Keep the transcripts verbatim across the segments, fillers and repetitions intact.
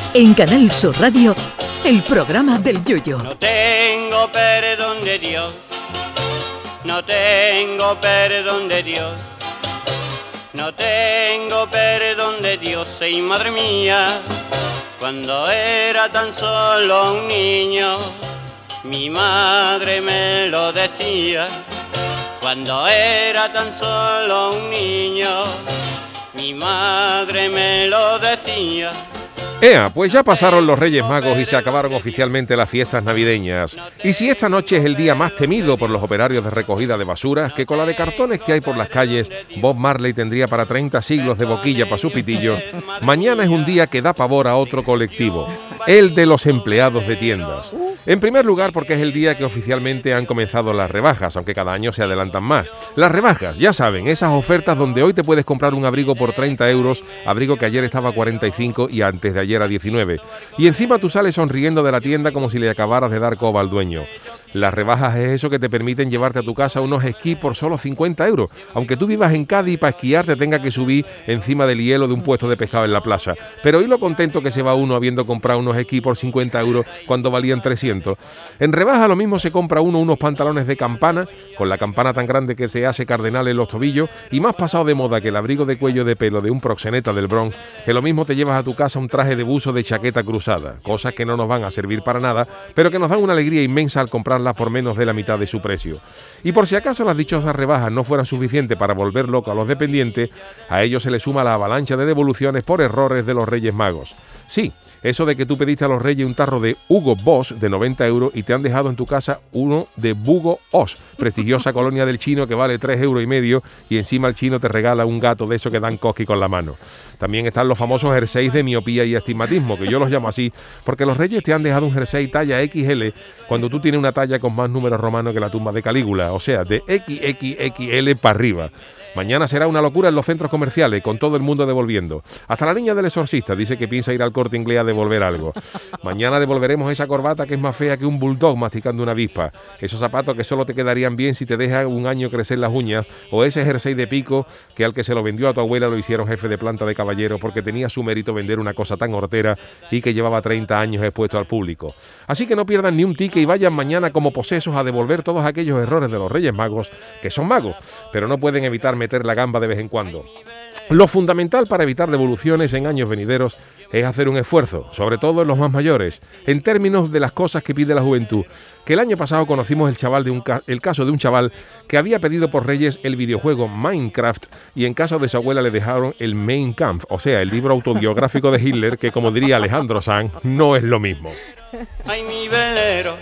En Canal Sur Radio, el programa del Yoyo. No tengo perdón de Dios, no tengo perdón de Dios, no tengo perdón de Dios, y madre mía, cuando era tan solo un niño, mi madre me lo decía. Cuando era tan solo un niño, mi madre me lo decía. Ea, pues ya pasaron los Reyes Magos y se acabaron oficialmente las fiestas navideñas. Y si esta noche es el día más temido por los operarios de recogida de basuras, que con la de cartones que hay por las calles, Bob Marley tendría para treinta siglos de boquilla para sus pitillos, mañana es un día que da pavor a otro colectivo, el de los empleados de tiendas. En primer lugar, porque es el día que oficialmente han comenzado las rebajas, aunque cada año se adelantan más. Las rebajas, ya saben, esas ofertas donde hoy te puedes comprar un abrigo por treinta euros, abrigo que ayer estaba a cuarenta y cinco y antes de ayer a diecinueve. Y encima tú sales sonriendo de la tienda como si le acabaras de dar coba al dueño. Las rebajas es eso que te permiten llevarte a tu casa unos esquís por solo cincuenta euros, aunque tú vivas en Cádiz y para esquiar te tenga que subir encima del hielo de un puesto de pescado en la plaza. Pero hoy lo contento que se va uno habiendo comprado unos esquís por cincuenta euros cuando valían trescientos. En rebaja lo mismo se compra uno unos pantalones de campana, con la campana tan grande que se hace cardenal en los tobillos, y más pasado de moda que el abrigo de cuello de pelo de un proxeneta del Bronx, que lo mismo te llevas a tu casa un traje de buzo de chaqueta cruzada, cosas que no nos van a servir para nada, pero que nos dan una alegría inmensa al comprar por menos de la mitad de su precio. Y por si acaso las dichosas rebajas no fueran suficientes para volver loco a los dependientes, a ellos se les suma la avalancha de devoluciones por errores de los Reyes Magos. Sí, eso de que tú pediste a los Reyes un tarro de Hugo Boss de noventa euros y te han dejado en tu casa uno de Bugo Os, prestigiosa colonia del chino que vale tres euros y medio, y encima el chino te regala un gato de esos que dan cosqui con la mano. También están los famosos jerseys de miopía y astigmatismo, que yo los llamo así, porque los Reyes te han dejado un jersey talla equis ele cuando tú tienes una talla con más números romanos que la tumba de Calígula, o sea, de equis equis equis ele para arriba. Mañana será una locura en los centros comerciales, con todo el mundo devolviendo. Hasta la niña del exorcista dice que piensa ir al Corte Inglés a devolver algo. Mañana devolveremos esa corbata que es más fea que un bulldog masticando una avispa, esos zapatos que solo te quedarían bien si te dejas un año crecer las uñas, o ese jersey de pico que al que se lo vendió a tu abuela lo hicieron jefe de planta de caballero porque tenía su mérito vender una cosa tan hortera y que llevaba treinta años expuesto al público. Así que no pierdan ni un ticket y vayan mañana como posesos a devolver todos aquellos errores de los Reyes Magos, que son magos, pero no pueden evitar meter la gamba de vez en cuando. Lo fundamental para evitar devoluciones en años venideros es hacer un esfuerzo, sobre todo en los más mayores, en términos de las cosas que pide la juventud. Que el año pasado conocimos el, chaval de un ca- el caso de un chaval que había pedido por Reyes el videojuego Minecraft y en casa de su abuela le dejaron el Mein Kampf, o sea, el libro autobiográfico de Hitler, que como diría Alejandro Sanz, no es lo mismo. Ay, mi velero,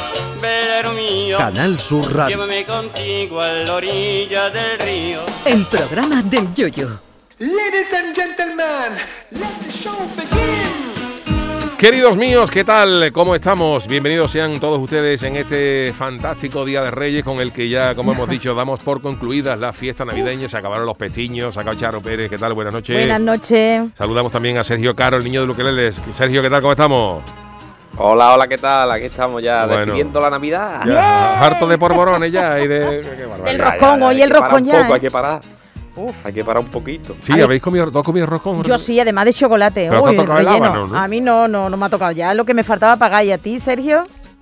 velero mío, Canal Sur Radio. llévame contigo a la orilla del río. El programa del Yoyo. Ladies and gentlemen, let the show begin. Queridos míos, ¿qué tal? ¿Cómo estamos? Bienvenidos sean todos ustedes en este fantástico Día de Reyes con el que ya, como hemos dicho, damos por concluidas las fiestas navideñas. Se acabaron los pestiños, se acabó Charo Pérez. ¿Qué tal? Buenas noches. Buenas noches. Saludamos también a Sergio Caro, el niño de Luqueleles. Sergio, ¿qué tal? ¿Cómo estamos? Hola, hola, ¿qué tal? Aquí estamos ya, Bueno. despidiendo la Navidad. Ya, harto de porborones ya y de... qué barbaridad. El roscón, hoy el roscón ya. Hay que parar un poco, ¿eh? hay que parar. Uf. Hay que parar un poquito. Sí, ¿habéis comido, ¿tú has comido roscón? Yo sí, además de chocolate. Pero te Uy, ha tocado el relleno. habano, ¿no? A mí no, no, no me ha tocado ya. Lo que me faltaba pagar. ¿Y a ti, Sergio?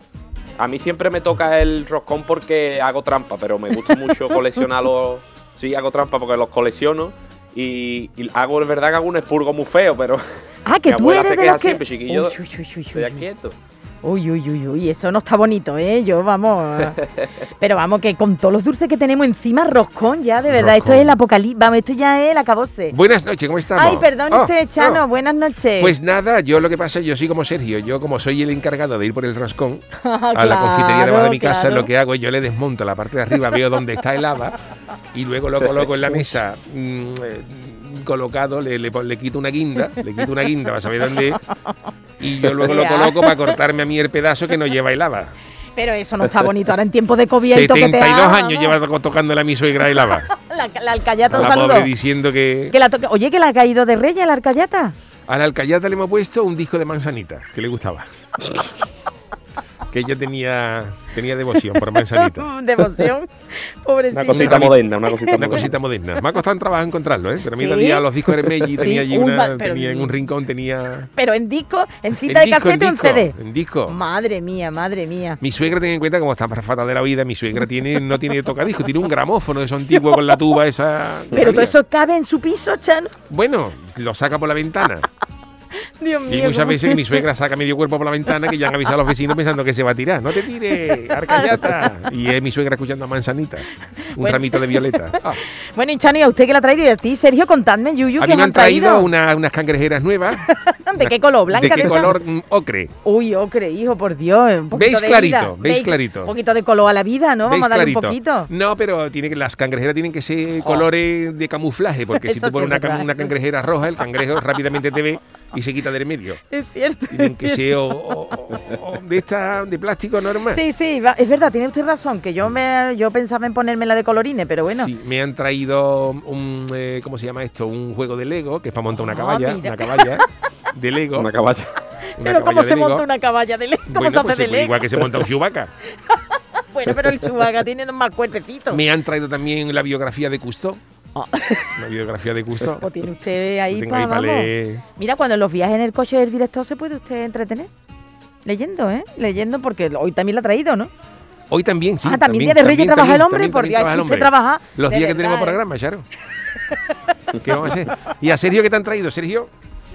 A mí siempre me toca el roscón porque hago trampa, pero me gusta mucho coleccionarlos. Sí, hago trampa porque los colecciono y, y hago, es verdad que hago un expurgo muy feo, pero Ah, que mi tú abuela eres se de queja los que... siempre, chiquillo, Uy, uy, uy, uy, estoy uy. quieto. Uy, uy, uy, uy, eso no está bonito, ¿eh? Yo, vamos... Pero vamos, que con todos los dulces que tenemos encima, roscón ya, de verdad, Roscón. esto es el apocalipsis, vamos, esto ya es el acabose. Buenas noches, ¿cómo estamos? Ay, perdón, Oh, usted, Chano, oh. buenas noches. Pues nada, yo lo que pasa, yo soy como Sergio, yo como soy el encargado de ir por el roscón a la Claro, confitería de, de mi casa, claro. lo que hago es yo le desmonto la parte de arriba, veo dónde está helada y luego lo coloco en la mesa mmm, eh, colocado, le, le, le quito una guinda, le quito una guinda, vas a ver dónde, y yo luego lo Ya. coloco para cortarme a mí el pedazo que no lleva helada. Pero eso no está bonito, ahora en tiempo de COVID hay setenta y dos toqueteada, años vamos. lleva tocándole a mi suegra helada. La, la alcayata, A un la saludo. pobre diciendo que... Que la toque- Oye, que la ha caído de Reyes, la alcayata. A la alcayata le hemos puesto un disco de Manzanita, que le gustaba. que ella tenía, tenía devoción por manzanita. Devoción, pobrecita. Una cosita Una moderna, una cosita Una moderna. cosita moderna. Me ha costado un trabajo encontrarlo, ¿eh? Pero a mí ¿Sí? tenía los discos de Remedy, tenía Sí, allí uy, una, va- pero tenía en ni- un rincón, tenía... Pero en disco, en cinta en de disco, en casete o en disco, C D. en disco. Madre mía, madre mía. Mi suegra, ten en cuenta, como está fatal de la vida, mi suegra tiene, no tiene tocadiscos, tiene un gramófono de eso antiguo con la tuba esa. Pero todo salía. eso cabe en su piso, Chano. Bueno, lo saca por la ventana. Dios mío. Y muchas cómo- veces que mi suegra saca medio cuerpo por la ventana que ya han avisado a los vecinos pensando que se va a tirar. No te tires, arcayata. Y es mi suegra escuchando a Manzanita. Un Bueno. ramito de violeta. Ah. Bueno, y Chano, ¿y a usted qué le ha traído? Y a ti, Sergio, contadme, Yuyu, A ¿qué mí me os han traído una- unas cangrejeras nuevas. ¿De qué color? ¿Blanca? ¿De qué esta? color? Mm, Ocre. Uy, ocre, hijo, por Dios. Un poquito ¿Veis de clarito? vida. ¿Veis clarito? Un poquito de color a la vida, ¿no? ¿Veis Vamos a darle clarito? un poquito. No, pero tiene que, las cangrejeras tienen que ser Jo. colores de camuflaje, porque si Eso tú pones sí una, es verdad, cam- una eso sí. cangrejera roja, el cangrejo rápidamente te ve y se quita del medio. Es cierto. Tienen que es ser o, o- o- o de esta de plástico normal. Sí, sí, va- es verdad, tiene usted razón, que yo me yo pensaba en ponerme la de colorines, pero bueno. Sí, me han traído un eh, ¿cómo se llama esto? Un juego de Lego, que es para montar una Ah, caballa, mira. una caballa de Lego. Una caballa. una Pero caballa ¿cómo de se Lego. monta una caballa de Lego? ¿Cómo Bueno, se hace pues, de pues, Lego? igual que se monta un Chewbacca. Bueno, pero el Chewbacca tiene más cuerpecito. Me han traído también la biografía de Cousteau. Ah. La biografía de Cousteau. Pues tiene usted ahí Tengo para, ahí para vamos. leer. Mira, cuando en los viajes en el coche del director se puede usted entretener. Leyendo, ¿eh? Leyendo, porque hoy también la ha traído, ¿no? Hoy también, sí. Ah, ¿también Día de Reyes trabaja el hombre? también, Por también Dios, trabaja el usted hombre. trabaja Los de días que verdad, tenemos ¿eh? programa, Charo. ¿Qué vamos a hacer? ¿Y a Sergio qué te han traído, Sergio?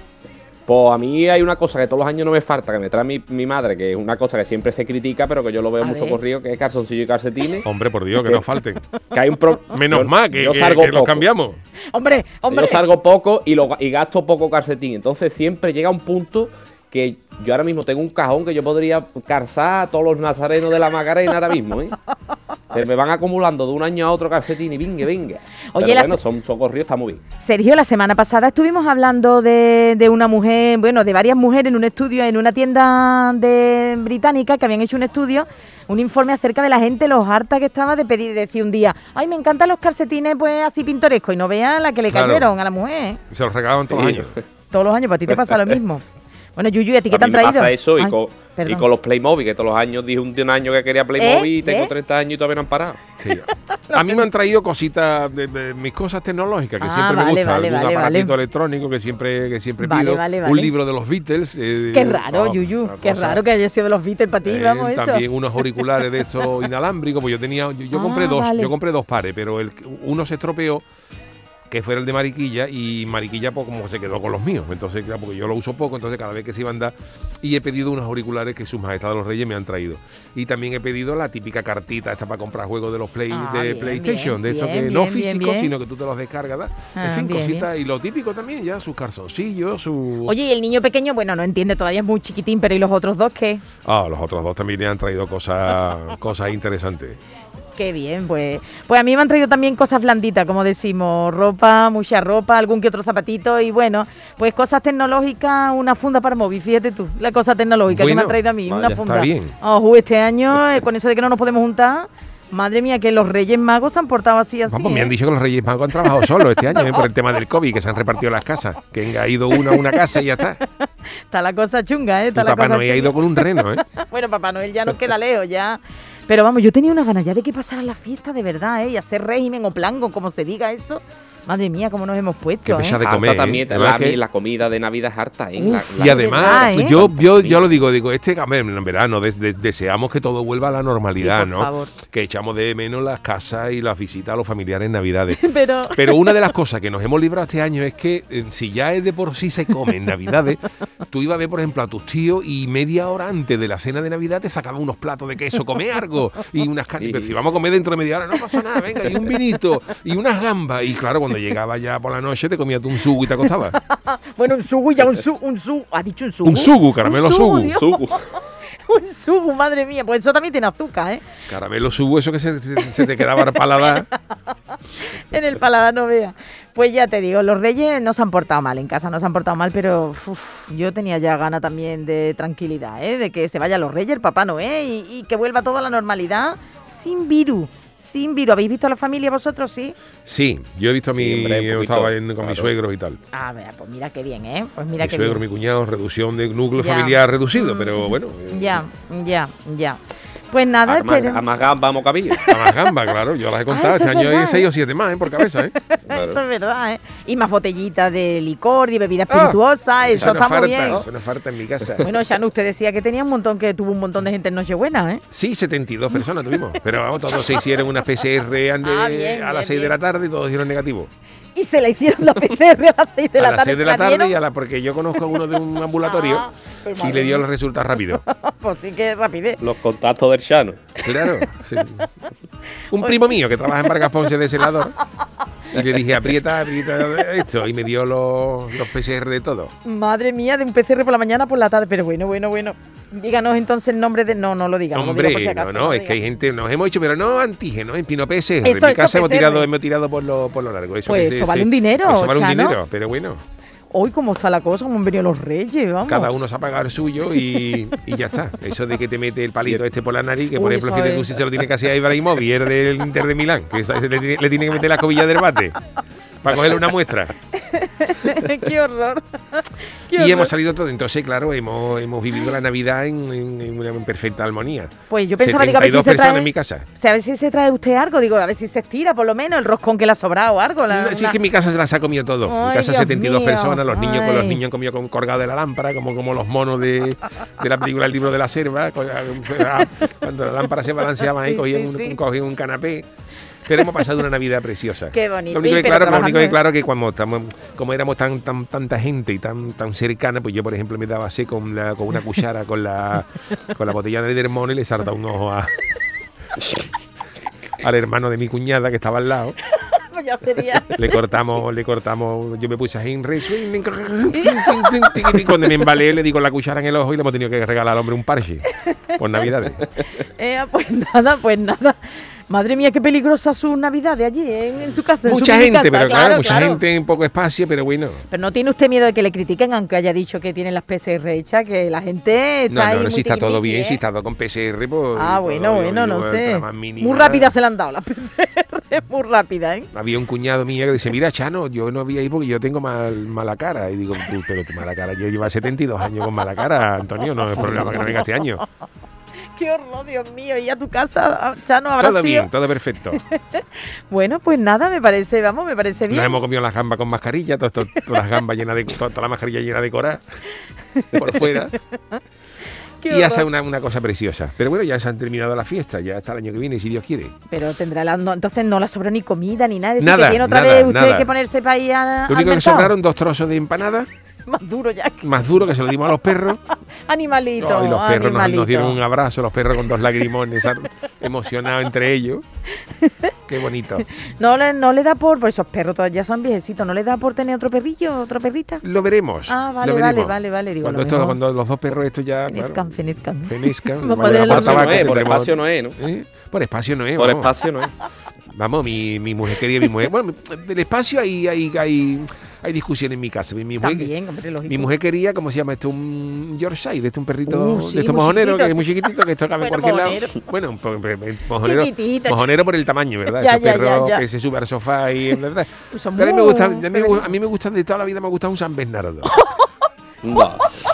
Pues a mí hay una cosa que todos los años no me falta, que me trae mi, mi madre, que es una cosa que siempre se critica, pero que yo lo veo A mucho ver. corrido, que es calzoncillo y calcetines. Hombre, por Dios, que nos falten. Que hay un pro- Menos yo- mal que, yo que- salgo que los poco. cambiamos. Hombre, hombre. Yo salgo poco y, lo, y gasto poco calcetín. Entonces siempre llega un punto que yo ahora mismo tengo un cajón que yo podría calzar a todos los nazarenos de la Macarena ahora mismo, ¿eh? Se me van acumulando de un año a otro calcetín y venga, venga. Oye, Pero la bueno, se- son, son corridos, está muy bien. Sergio, la semana pasada estuvimos hablando de, de una mujer, bueno, de varias mujeres en un estudio, en una tienda de británica que habían hecho un estudio, un informe acerca de la gente, los harta que estaba de pedir, de decir un día, ay, me encantan los calcetines pues así pintorescos, y no vean la que le Claro. cayeron a la mujer, ¿eh? Se los regalaban todos Sí. los años. Todos los años, para ti te pasa lo mismo. Bueno, Yuyu, ¿y a ti qué A te mí han me traído? pasa eso y, Ay, con, y perdón. con los Playmobil, que todos los años dije un, de un año que quería Playmobil ¿Eh? y tengo ¿Eh? treinta años y todavía no han parado. Sí. A mí me han traído cositas, de, de mis cosas tecnológicas, que Ah, siempre me vale, gusta. vale, Algún vale, aparatito vale. electrónico que siempre, que siempre Vale, pido. vale, Un vale. libro de los Beatles. eh, Qué raro, oh, Yuyu, una qué cosa. raro que haya sido de los Beatles para ti, Eh, vamos, eso. también unos auriculares de estos inalámbricos, pues yo tenía, yo, yo Ah, compré dos, vale. yo compré dos pares, pero el, uno se estropeó, que fuera el de Mariquilla, y Mariquilla pues como se quedó con los míos, entonces claro, porque yo lo uso poco, entonces cada vez que se iba a andar, y he pedido unos auriculares que sus majestades los reyes me han traído, y también he pedido la típica cartita esta para comprar juegos de los play Ah, de bien, PlayStation, bien, de estos bien, que no bien, bien, físicos, bien. sino que tú te los descargas, ¿verdad? Ah, En fin, bien, cositas, y lo típico también, ya, sus calzoncillos, su... Oye, y el niño pequeño, bueno, no entiende, todavía es muy chiquitín, pero ¿y los otros dos qué? Ah, los otros dos también le han traído cosas, cosas interesantes. Qué bien, pues. Pues a mí me han traído también cosas blanditas, como decimos, ropa, mucha ropa, algún que otro zapatito y bueno, pues cosas tecnológicas, una funda para móvil, fíjate tú, la cosa tecnológica que me Bueno, han traído a mí, una vaya, funda. está bien. Ojo, este año, eh, con eso de que no nos podemos juntar, madre mía, que los Reyes Magos se han portado así, así. Vamos, me ¿eh? han dicho que los Reyes Magos han trabajado solos este año, ¿eh? Por el tema del COVID, que se han repartido las casas, que ha ido uno a una casa y ya está. Está la cosa chunga, ¿eh? Y Está la Papá cosa Noel ha chunga. ido con un reno, ¿eh? Bueno, Papá Noel ya nos queda lejos, ya. Pero vamos, yo tenía unas ganas ya de que pasara la fiesta de verdad, ¿eh? Y hacer régimen o plango, como se diga eso. Madre mía, cómo nos hemos Qué puesto, ¿eh? pesada de Harta comer, ¿eh? también, Además la, que- la comida de Navidad es harta, ¿eh? Uf, La- Y la- además, verdad, ¿eh? yo, yo, yo lo digo, digo, este, a ver, en verano de- de- deseamos que todo vuelva a la normalidad, Sí, por ¿no? favor. Que echamos de menos las casas y las visitas a los familiares en Navidades. Pero... Pero una de las cosas que nos hemos librado este año es que eh, si ya es de por sí se come en Navidades, tú ibas a ver, por ejemplo, a tus tíos y media hora antes de la cena de Navidad te sacaban unos platos de queso, come algo, y unas carnes. Sí. Pero si vamos a comer dentro de media hora, no pasa nada, venga, y un vinito, y unas gambas. Y claro, cuando llegaba ya por la noche te comías tú un sugo y te acostabas. Bueno, un sugu, ya un sugu, un sugu, ¿ha dicho un sugu? Un sugu, caramelo Un sugu. Dios, Sugu. un sugu, madre mía, pues eso también tiene azúcar, ¿eh? Caramelo sugo, eso que se, se- se te quedaba al paladar. En el paladar no vea. Pues ya te digo, los reyes no se han portado mal, en casa no se han portado mal, pero uf, yo tenía ya gana también de tranquilidad, ¿eh? De que se vayan los reyes, el Papá Noel y, y que vuelva toda la normalidad sin virus. sin virus. ¿Habéis visto a la familia vosotros, sí? Sí, yo he visto a mi... Sí, hombre, un yo poquito, estaba en- con claro. mis suegros y tal. A ver, pues mira qué bien, ¿eh? Pues mira Mi qué suegro, bien. mi cuñado, reducción de núcleo Ya. familiar reducido, Mm, pero bueno. eh, Ya, ya, ya. Pues nada, A más, esperen. a más gamba, vamos cabilla. A más gamba, claro, yo las he contado. Ah, eso Este es año hay verdad, seis ¿eh? o siete más, ¿eh? Por cabeza, ¿eh? Claro. Eso es verdad, ¿eh? Y más botellitas de licor y bebida Ah, espirituosa, eso Eso no está muy falta, bien. eso no falta en mi casa. Bueno, Xanu, usted decía que tenía un montón, que tuvo un montón de gente en Nochebuena, ¿eh? Sí, setenta y dos personas tuvimos, pero vamos, todos se hicieron una P C R ande- Ah, bien, a bien, las seis de bien. la tarde y todos dieron negativo. Y se la hicieron la P C R a las seis de a la las tarde. seis de ¿se la tarde dieron? y a la, porque yo conozco a uno de un ambulatorio Ah, pues y madre le dio mía. los resultados rápido. Pues sí que rapidez. Los contactos del Chano. Claro, sí. Un primo mío que trabaja en Vargas Ponce de celador y le dije, aprieta, aprieta esto y me dio los, los P C R de todo. Madre mía, de un P C R por la mañana por la tarde. Pero bueno, bueno, bueno. Díganos entonces el nombre de... No, no lo diga. no lo diga por Hombre, si acaso, no, no, es diga. que hay gente, nos hemos hecho, pero no antígenos, en Pino P C R. Eso, en mi eso, casa hemos P C R. tirado, hemos tirado por lo, por lo largo. Eso, Pues ese- eso vale ese- un dinero, Eso vale un Chano. dinero, pero bueno, Hoy, ¿cómo está la cosa? ¿Cómo han venido los reyes? Vamos. cada uno se ha pagado el suyo y, y ya está. Eso de que te mete el palito este por la nariz, que por Uy, ejemplo, eso fíjate tú es. si se lo tiene que hacer a Ibrahimovic, el del Inter de Milán, que esa- ese le, tiene- le tiene que meter la cobilla del bate para cogerle una muestra. Qué horror. Qué Y horror. hemos salido todo. Entonces, claro, hemos, hemos vivido la Navidad en, en- en una perfecta armonía. Pues yo pensaba, digo, a ver setenta y dos si se personas trae... en mi casa. O sea, a ver si se trae usted algo, digo, a ver si se estira por lo menos el roscón que le ha sobrado o algo. La, No, si una- es que en mi casa se las ha comido todo. En mi Ay, casa Dios setenta y dos mío. personas, los niños con los Ay. niños han comido con colgado de la lámpara, como, como los monos de, de la película El libro de la selva. co- Cuando la lámpara se balanceaban ahí, Sí, cogían, sí, un, sí. cogían un canapé. Pero hemos pasado una Navidad preciosa. Qué bonito. Lo único que Y, pero claro, lo único que trabajando, claro que cuando estamos, como éramos tan, tan tanta gente y tan tan cercana, pues yo por ejemplo me daba así con la, con una cuchara con la con la botella de Dermón y le saltaba un ojo a al hermano de mi cuñada que estaba al lado. Pues ya sería. Le cortamos, le cortamos, yo me puse a Henry Swing, y cuando me embalé le di con la cuchara en el ojo y le hemos tenido que regalar al hombre un parche por Navidades. Eh, pues nada, pues nada. Madre mía, qué peligrosa su Navidad de allí, ¿eh? en, en su casa. en su Mucha mini gente, casa, pero claro, mucha claro. gente en poco espacio, pero bueno. Pero no tiene usted miedo de que le critiquen, aunque haya dicho que tienen las P C R hechas, que la gente está No, ahí no, no, muy si está todo tiquismiqui, bien, ¿eh? si está todo con P C R, pues. Ah, todo, bueno, yo bueno, digo, no hasta sé. la más mínima. Muy rápida se le han dado las P C R, muy rápida, ¿eh? Había un cuñado mío que dice, mira, Chano, yo no voy a ir porque yo tengo mal, mala cara. Y digo, tú, pero tu mala cara, yo llevo setenta y dos años con mala cara, Antonio, no es problema que no venga este año. Qué horror, Dios mío. ¿Y a tu casa, Chano, habrá Todo sido? bien, todo perfecto. Bueno, pues nada, me parece, vamos, me parece bien. Nos hemos comido las gambas con mascarilla, todo esto- todas las gambas llenas de, toda, toda la mascarilla llena de cora por fuera. Qué Y horror. hace una, una cosa preciosa. Pero bueno, ya se han terminado las fiestas, ya hasta el año que viene, si Dios quiere. Pero tendrá la, no, entonces no la sobró ni comida ni nada. Es decir, Nada, que tiene otra nada, vez usted nada. que ponerse para ir a, Lo al único que mercado. sobraron dos trozos de empanada, Más duro ya. más duro que se lo dimos a los perros. Animalito, No, y los perros nos, animalito. nos dieron un abrazo, los perros con dos lagrimones, ar- emocionados entre ellos. Qué bonito. No le, no le da por, por esos perros todavía son viejecitos, ¿no le da por tener otro perrillo, otra perrita? Lo veremos. Ah, vale, lo vale, veremos. vale, vale. Digo, Cuando, lo esto- mejor. cuando los dos perros estos ya... Fenezcan, claro, fenezcan. fenezcan, Vamos a vayan a ponerlo por en Por tabaco, espacio no tendremos- es, por espacio no es, ¿no? ¿Eh? Por espacio no es, Por vamos. espacio no es. Vamos, mi, mi mujer quería mi mujer. Bueno, del espacio hay, hay, hay, hay discusión en mi casa. Mi, mi mujer, También, hombre, lógico. mi mujer quería, ¿cómo se llama esto? Un Yorkshire, de este un perrito, Uh, sí, de estos muy mojoneros, chiquito, que es muy sí. chiquitito, que esto cabe en Bueno, cualquier mojonero. lado. Bueno, un po- pe- pe- mojonero, Chiquitito, mojonero por el tamaño, ¿verdad? Ya, Esos ya, ya, perros ya. que se suben al sofá y ¿verdad? Pues son Pero a mí me muy gusta, a mí, me, femeninos. a mí me gusta, de toda la vida me ha gustado un San Bernardo. No.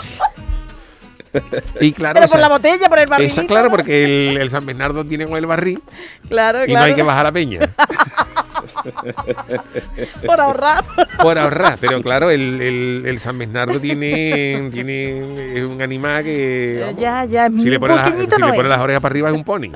Y claro, Pero por esa- la botella, por el barrilito. esa, claro, ¿no? porque el, el San Bernardo tiene con el barril Claro, y claro. no hay que bajar la peña. Por ahorrar. Por ahorrar, pero claro, el, el, el San Bernardo tiene, tiene es un animal que vamos, Ya, ya, es si muy le pone las, pequeñito, si no le es. pone las orejas para arriba es un pony.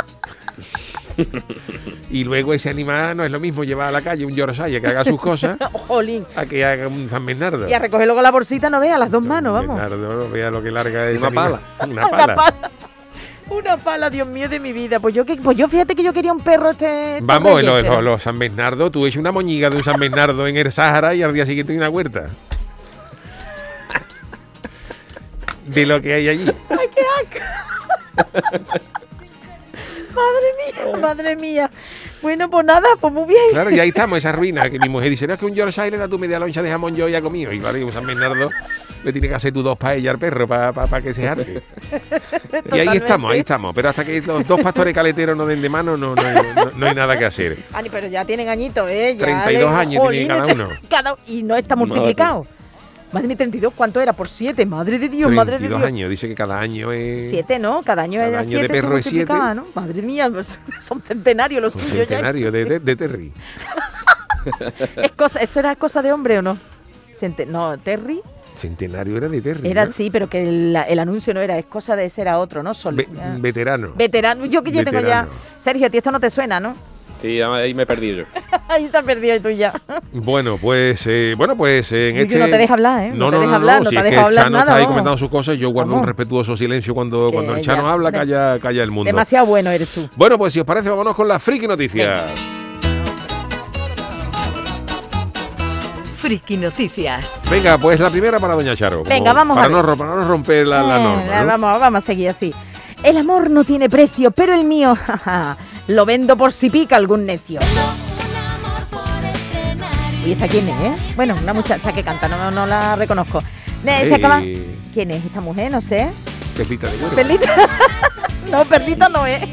Y luego ese animal no es lo mismo llevar a la calle un Yorkshire que haga sus cosas Jolín. a que haga un San Bernardo. Y a recogerlo con la bolsita, no vea, las dos manos, San vamos. Bernardo, vea lo que larga es Una pala. Una pala. Una pala. Una pala, Dios mío, de mi vida. Pues yo, que, pues yo fíjate que yo quería un perro este... estos Vamos, reyes, los, pero- los- los San Bernardo, tú echas una moñiga de un San Bernardo en el Sáhara y al día siguiente hay una huerta. De lo que hay allí. ¡Ay, qué asco! Madre mía, madre mía. Bueno, pues nada, pues muy bien. Claro, y ahí estamos, esa ruina, que mi mujer dice, no, es que un Yorkshire le da tu media loncha de jamón, yo ya he comido. Y claro, y un San Bernardo le tiene que hacer tú dos paellas al perro para pa, pa que se harque. Y ahí estamos, ahí estamos. Pero hasta que los dos pastores caleteros no den de mano, no, no, no, no hay nada que hacer. Ani, pero ya tienen añitos, ¿eh? Ya treinta y dos le- años tiene cada jolines, uno. cada- y no está multiplicado. Madre mía, treinta y dos, ¿cuánto era? Por siete, madre de Dios, madre de treinta y dos Dios. años, dice que cada año es... Siete, ¿no? Cada año Cada era año de siete, se perro es siete. multiplicaba, ¿no? Madre mía, pues, son centenarios los Un tuyos ya. centenario de, de, de Terry. Es cosa, ¿eso era cosa de hombre o no? Cente- no, Terry. Centenario era de Terry. Era ¿no? sí, pero que el, el anuncio no era, es cosa de ser a otro, ¿no? Sol, Ve- ah. veterano. Veterano, yo que yo tengo ya. Veterano. Sergio, a ti esto no te suena, ¿no? Sí, ahí me perdí yo. Ahí está perdido tú ya. Bueno, pues eh, bueno, pues en Uy, que este no te deja hablar, ¿eh? No, No te no, deja no, hablar, no, no si te ha es que dejado el hablar Chano nada, está ahí vamos. comentando sus cosas, yo guardo Vamos. un respetuoso silencio cuando, Que cuando el ya, Chano habla, venga. calla, calla el mundo. Demasiado bueno eres tú. Bueno, pues si os parece, vámonos con las friki noticias. Friki Noticias. Venga, pues la primera para Doña Charo. como Venga, vamos para a no, ver. ro- para no romper la, la Eh, norma, ¿no? vamos, vamos a seguir así. El amor no tiene precio, pero el mío, jaja, lo vendo por si pica algún necio. ¿Y esta quién es, eh? Bueno, una muchacha que canta, no, no la reconozco. Eh, se Eh, acaba... ¿Quién es esta mujer? No sé. Perlita de Huelva. Perlita. No, Perlita no es.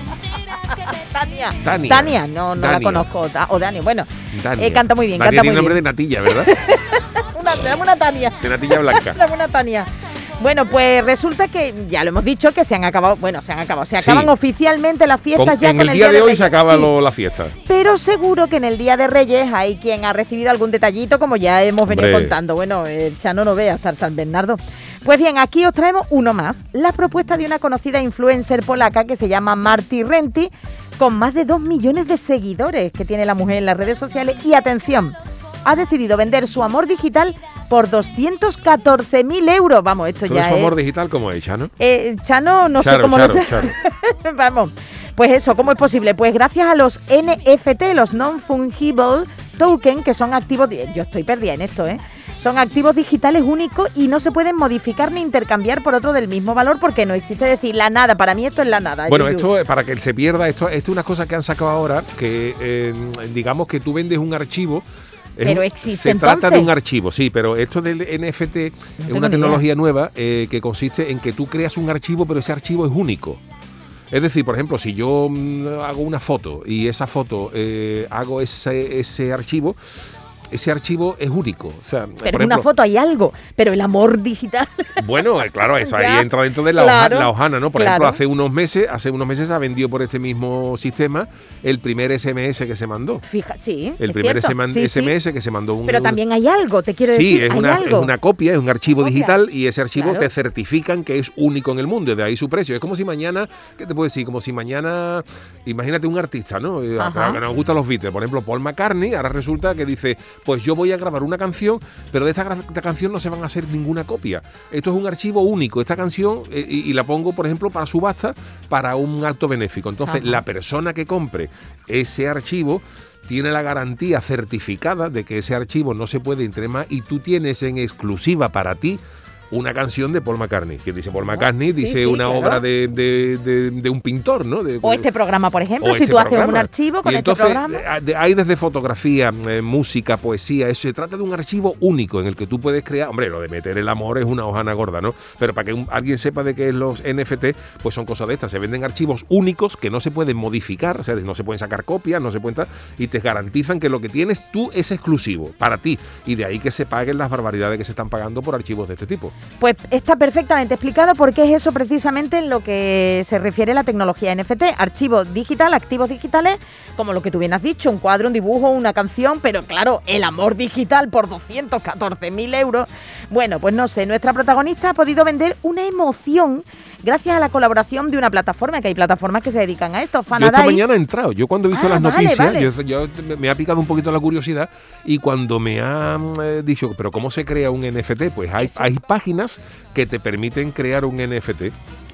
Tania. Tania. Tania, no, no la Dania. conozco. Ta- O Dani, bueno. Dania. Eh, canta muy bien, Dania canta tiene muy nombre bien. de natilla, ¿verdad? Una, dame una Tania. De natilla blanca. Dame una Tania. Bueno, pues resulta que ya lo hemos dicho que se han acabado, bueno, se han acabado, se Sí. acaban oficialmente las fiestas Con- ya en con el día de hoy Reyes. se acaba Sí. lo- la fiesta. Pero seguro que en el Día de Reyes hay quien ha recibido algún detallito, como ya hemos venido Hombre. contando. Bueno, el Chano no ve hasta el San Bernardo. Pues bien, aquí os traemos uno más. La propuesta de una conocida influencer polaca que se llama Marty Renty, con más de dos millones de seguidores que tiene la mujer en las redes sociales. Y atención, ha decidido vender su amor digital por doscientos catorce mil euros. Vamos, esto Todo ya eso es... amor digital como es, Chano. Eh, Chano, no sé Charo, cómo Charo, lo sé. Charo. Vamos. Pues eso, ¿cómo es posible? Pues gracias a los N F T, los Non-Fungible Token, que son activos... Yo estoy perdida en esto, ¿eh? Son activos digitales únicos y no se pueden modificar ni intercambiar por otro del mismo valor porque no existe decir la nada. Para mí esto es la nada. Bueno, Yuyu. esto, eh, para que se pierda, esto, esto es una cosa que han sacado ahora, que eh, digamos que tú vendes un archivo. es Pero un- existe, Se trata de entonces. un archivo, sí, pero esto del N F T es tengo una ni tecnología nueva eh, que consiste en que tú creas un archivo, pero ese archivo es único. Es decir, por ejemplo, si yo mm, hago una foto y esa foto eh, hago ese, ese archivo, ese archivo es único. O sea, Pero por en ejemplo, una foto hay algo, pero el amor digital... bueno, eh, claro, eso Ya, ahí entra dentro de la, claro, hoja- la hojana, ¿no? Por claro. ejemplo, hace unos meses, hace unos meses se ha vendido por este mismo sistema el primer S M S que se mandó. Fija, sí, El es primer cierto. S M- Sí, sí. S M S que se mandó un Pero también hay algo, te quiero Sí, decir, es hay una, es algo. una copia, es un archivo Copia. digital y ese archivo Claro. te certifican que es único en el mundo y de ahí su precio. Es como si mañana, ¿qué te puedo decir? Como si mañana, imagínate un artista, ¿no? Eh, Ajá. a- que nos gustan los Beatles, por ejemplo, Paul McCartney, ahora resulta que dice, pues yo voy a grabar una canción, pero de esta, gra- esta canción no se van a hacer ninguna copia. Esto es un archivo único, esta canción, eh, y, y la pongo, por ejemplo, para subasta, para un acto benéfico. Entonces, Ajá. la persona que compre ese archivo tiene la garantía certificada de que ese archivo no se puede entregar más y tú tienes en exclusiva para ti una canción de Paul McCartney. Que dice Paul McCartney, Sí, dice sí, una claro. obra de, de- de- de un pintor, ¿no? De- O este programa, por ejemplo, o si este tú haces un programa. archivo con Y este entonces, programa. eh, de- hay desde fotografía, eh, música, poesía, eso se trata de un archivo único en el que tú puedes crear, hombre, lo de meter el amor es una hojana gorda, ¿no? Pero para que un- alguien sepa de qué es los N F T, pues son cosas de estas, se venden archivos únicos que no se pueden modificar, o sea, no se pueden sacar copias, no se pueden tal, y te garantizan que lo que tienes tú es exclusivo para ti, y de ahí que se paguen las barbaridades que se están pagando por archivos de este tipo. Pues está perfectamente explicado porque es eso precisamente en lo que se refiere la tecnología N F T, archivo digital, activos digitales, como lo que tú bien has dicho, un cuadro, un dibujo, una canción, pero claro, el amor digital por doscientos catorce mil euros. Bueno, pues no sé, nuestra protagonista ha podido vender una emoción gracias a la colaboración de una plataforma, que hay plataformas que se dedican a esto, Yo esta Fanadise. mañana he entrado. Yo cuando he visto Ah, las vale, noticias, vale. Yo, yo- me- me ha picado un poquito la curiosidad y cuando me han eh, dicho, pero ¿cómo se crea un N F T? Pues hay, Eso. hay páginas que te permiten crear un N F T.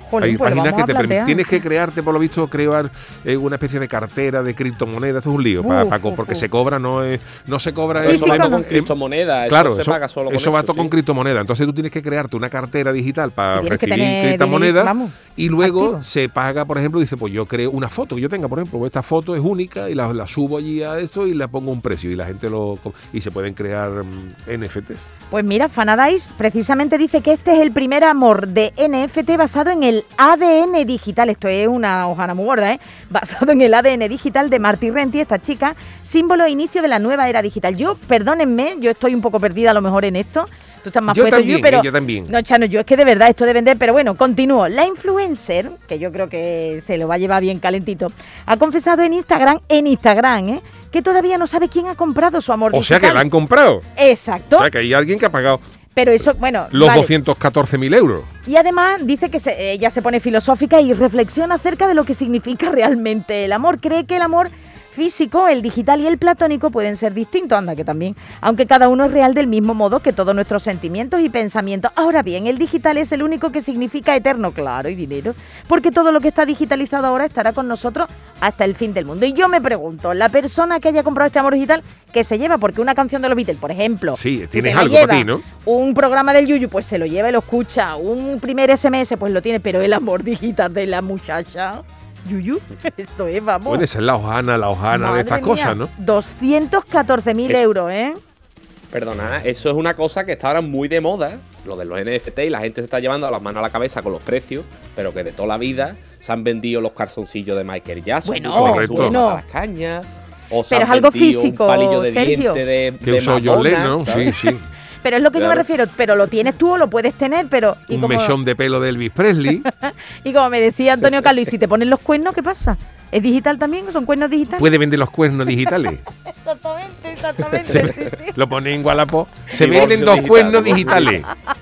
Jolín, Hay pues lo páginas vamos que a te permiten. plantear. Tienes que crearte, por lo visto, crear eh, una especie de cartera de criptomonedas. Esto es un lío, pa- Uf, pa- uf, porque uf. se cobra, no es, no se cobra Pero eso Físico va todo no. con criptomonedas. eso Claro, se eso, paga solo con eso va todo sí. con criptomonedas. Entonces tú tienes que crearte una cartera digital para Y tienes que recibir tener criptomonedas dinero, vamos, y luego activo. se paga, por ejemplo, dice, pues yo creo una foto que yo tenga, por ejemplo, esta foto es única y la, la subo allí a esto y le pongo un precio y la gente lo y se pueden crear mm, N F Ts. Pues mira, Fanadise precisamente dice que este es el primer amor de N F T basado en el A D N digital. Esto es una hojana muy gorda, ¿eh? Basado en el A D N digital de Martí Renti, esta chica, símbolo e inicio de la nueva era digital. Yo, perdónenme, yo estoy un poco perdida a lo mejor en esto. Tú estás más Yo puesto también, yo, pero eh, yo también. No, Chano, yo es que de verdad esto de vender, pero bueno, continúo. La influencer, que yo creo que se lo va a llevar bien calentito, ha confesado en Instagram, en Instagram, ¿eh? que todavía no sabe quién ha comprado su amor O sea digital. que la han comprado. Exacto. O sea que hay alguien que ha pagado Pero eso, bueno, los vale. doscientos catorce mil euros. Y además dice que se- ella se pone filosófica y reflexiona acerca de lo que significa realmente el amor. Cree que el amor físico, el digital y el platónico pueden ser distintos, anda que también, aunque cada uno es real del mismo modo que todos nuestros sentimientos y pensamientos. Ahora bien, el digital es el único que significa eterno, claro, y dinero, porque todo lo que está digitalizado ahora estará con nosotros hasta el fin del mundo. Y yo me pregunto, la persona que haya comprado este amor digital, ¿qué se lleva? Porque una canción de los Beatles, por ejemplo, Sí, tú tienes te la algo para llevas, ti, ¿no? un programa del Yuyu, pues se lo lleva y lo escucha. Un primer S M S, pues lo tiene. Pero el amor digital de la muchacha, Yuyu, esto es, vamos. Bueno, esa es la hojana, la hojana de Madre estas mía, cosas, ¿no? doscientos catorce mil Es- euros, ¿eh? Perdona, eso es una cosa que está ahora muy de moda, lo de los N F T, y la gente se está llevando a las manos a la cabeza con los precios, pero que de toda la vida se han vendido los calzoncillos de Michael Jackson, Bueno, que Correcto. suben bueno. a las cañas, o se Pero han es algo vendido físico, un palillo de Sergio. diente de, Que de usó John Madonna, Lennon, sí, ¿sabes? sí. Pero es lo que yo me Claro. refiero. Pero lo tienes tú o lo puedes tener, pero... Y Un como, mechón de pelo de Elvis Presley. y como me decía Antonio Carlos, ¿y si te ponen los cuernos, qué pasa? ¿Es digital también? ¿Son cuernos digitales? Puede vender los cuernos digitales. Exactamente, exactamente. Se- sí, sí. Lo pone en Wallapop. Se Divorcio venden dos digital, cuernos divorcio digitales.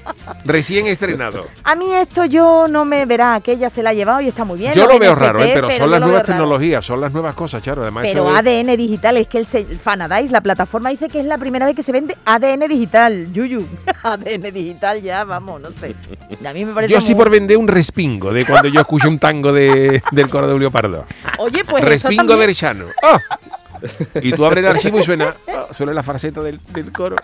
Recién estrenado. A mí esto yo no me verá, que ella se la ha llevado y está muy bien. Yo los lo veo N F T, raro, ¿eh? pero, son yo las lo nuevas veo raro. tecnologías, son las nuevas cosas, Charo. Además, Pero esto de- A D N digital, es que el se- Fanadise, la plataforma, dice que es la primera vez que se vende A D N digital. Yuyu, A D N digital ya, vamos, no sé. A mí me parece Yo estoy muy- por vender un respingo de cuando yo escucho un tango de, del coro de Julio Pardo. Oye, pues eso respingo también- berchano. ¡Oh! Y tú abres el archivo y suena, oh, suena la farceta del, del coro.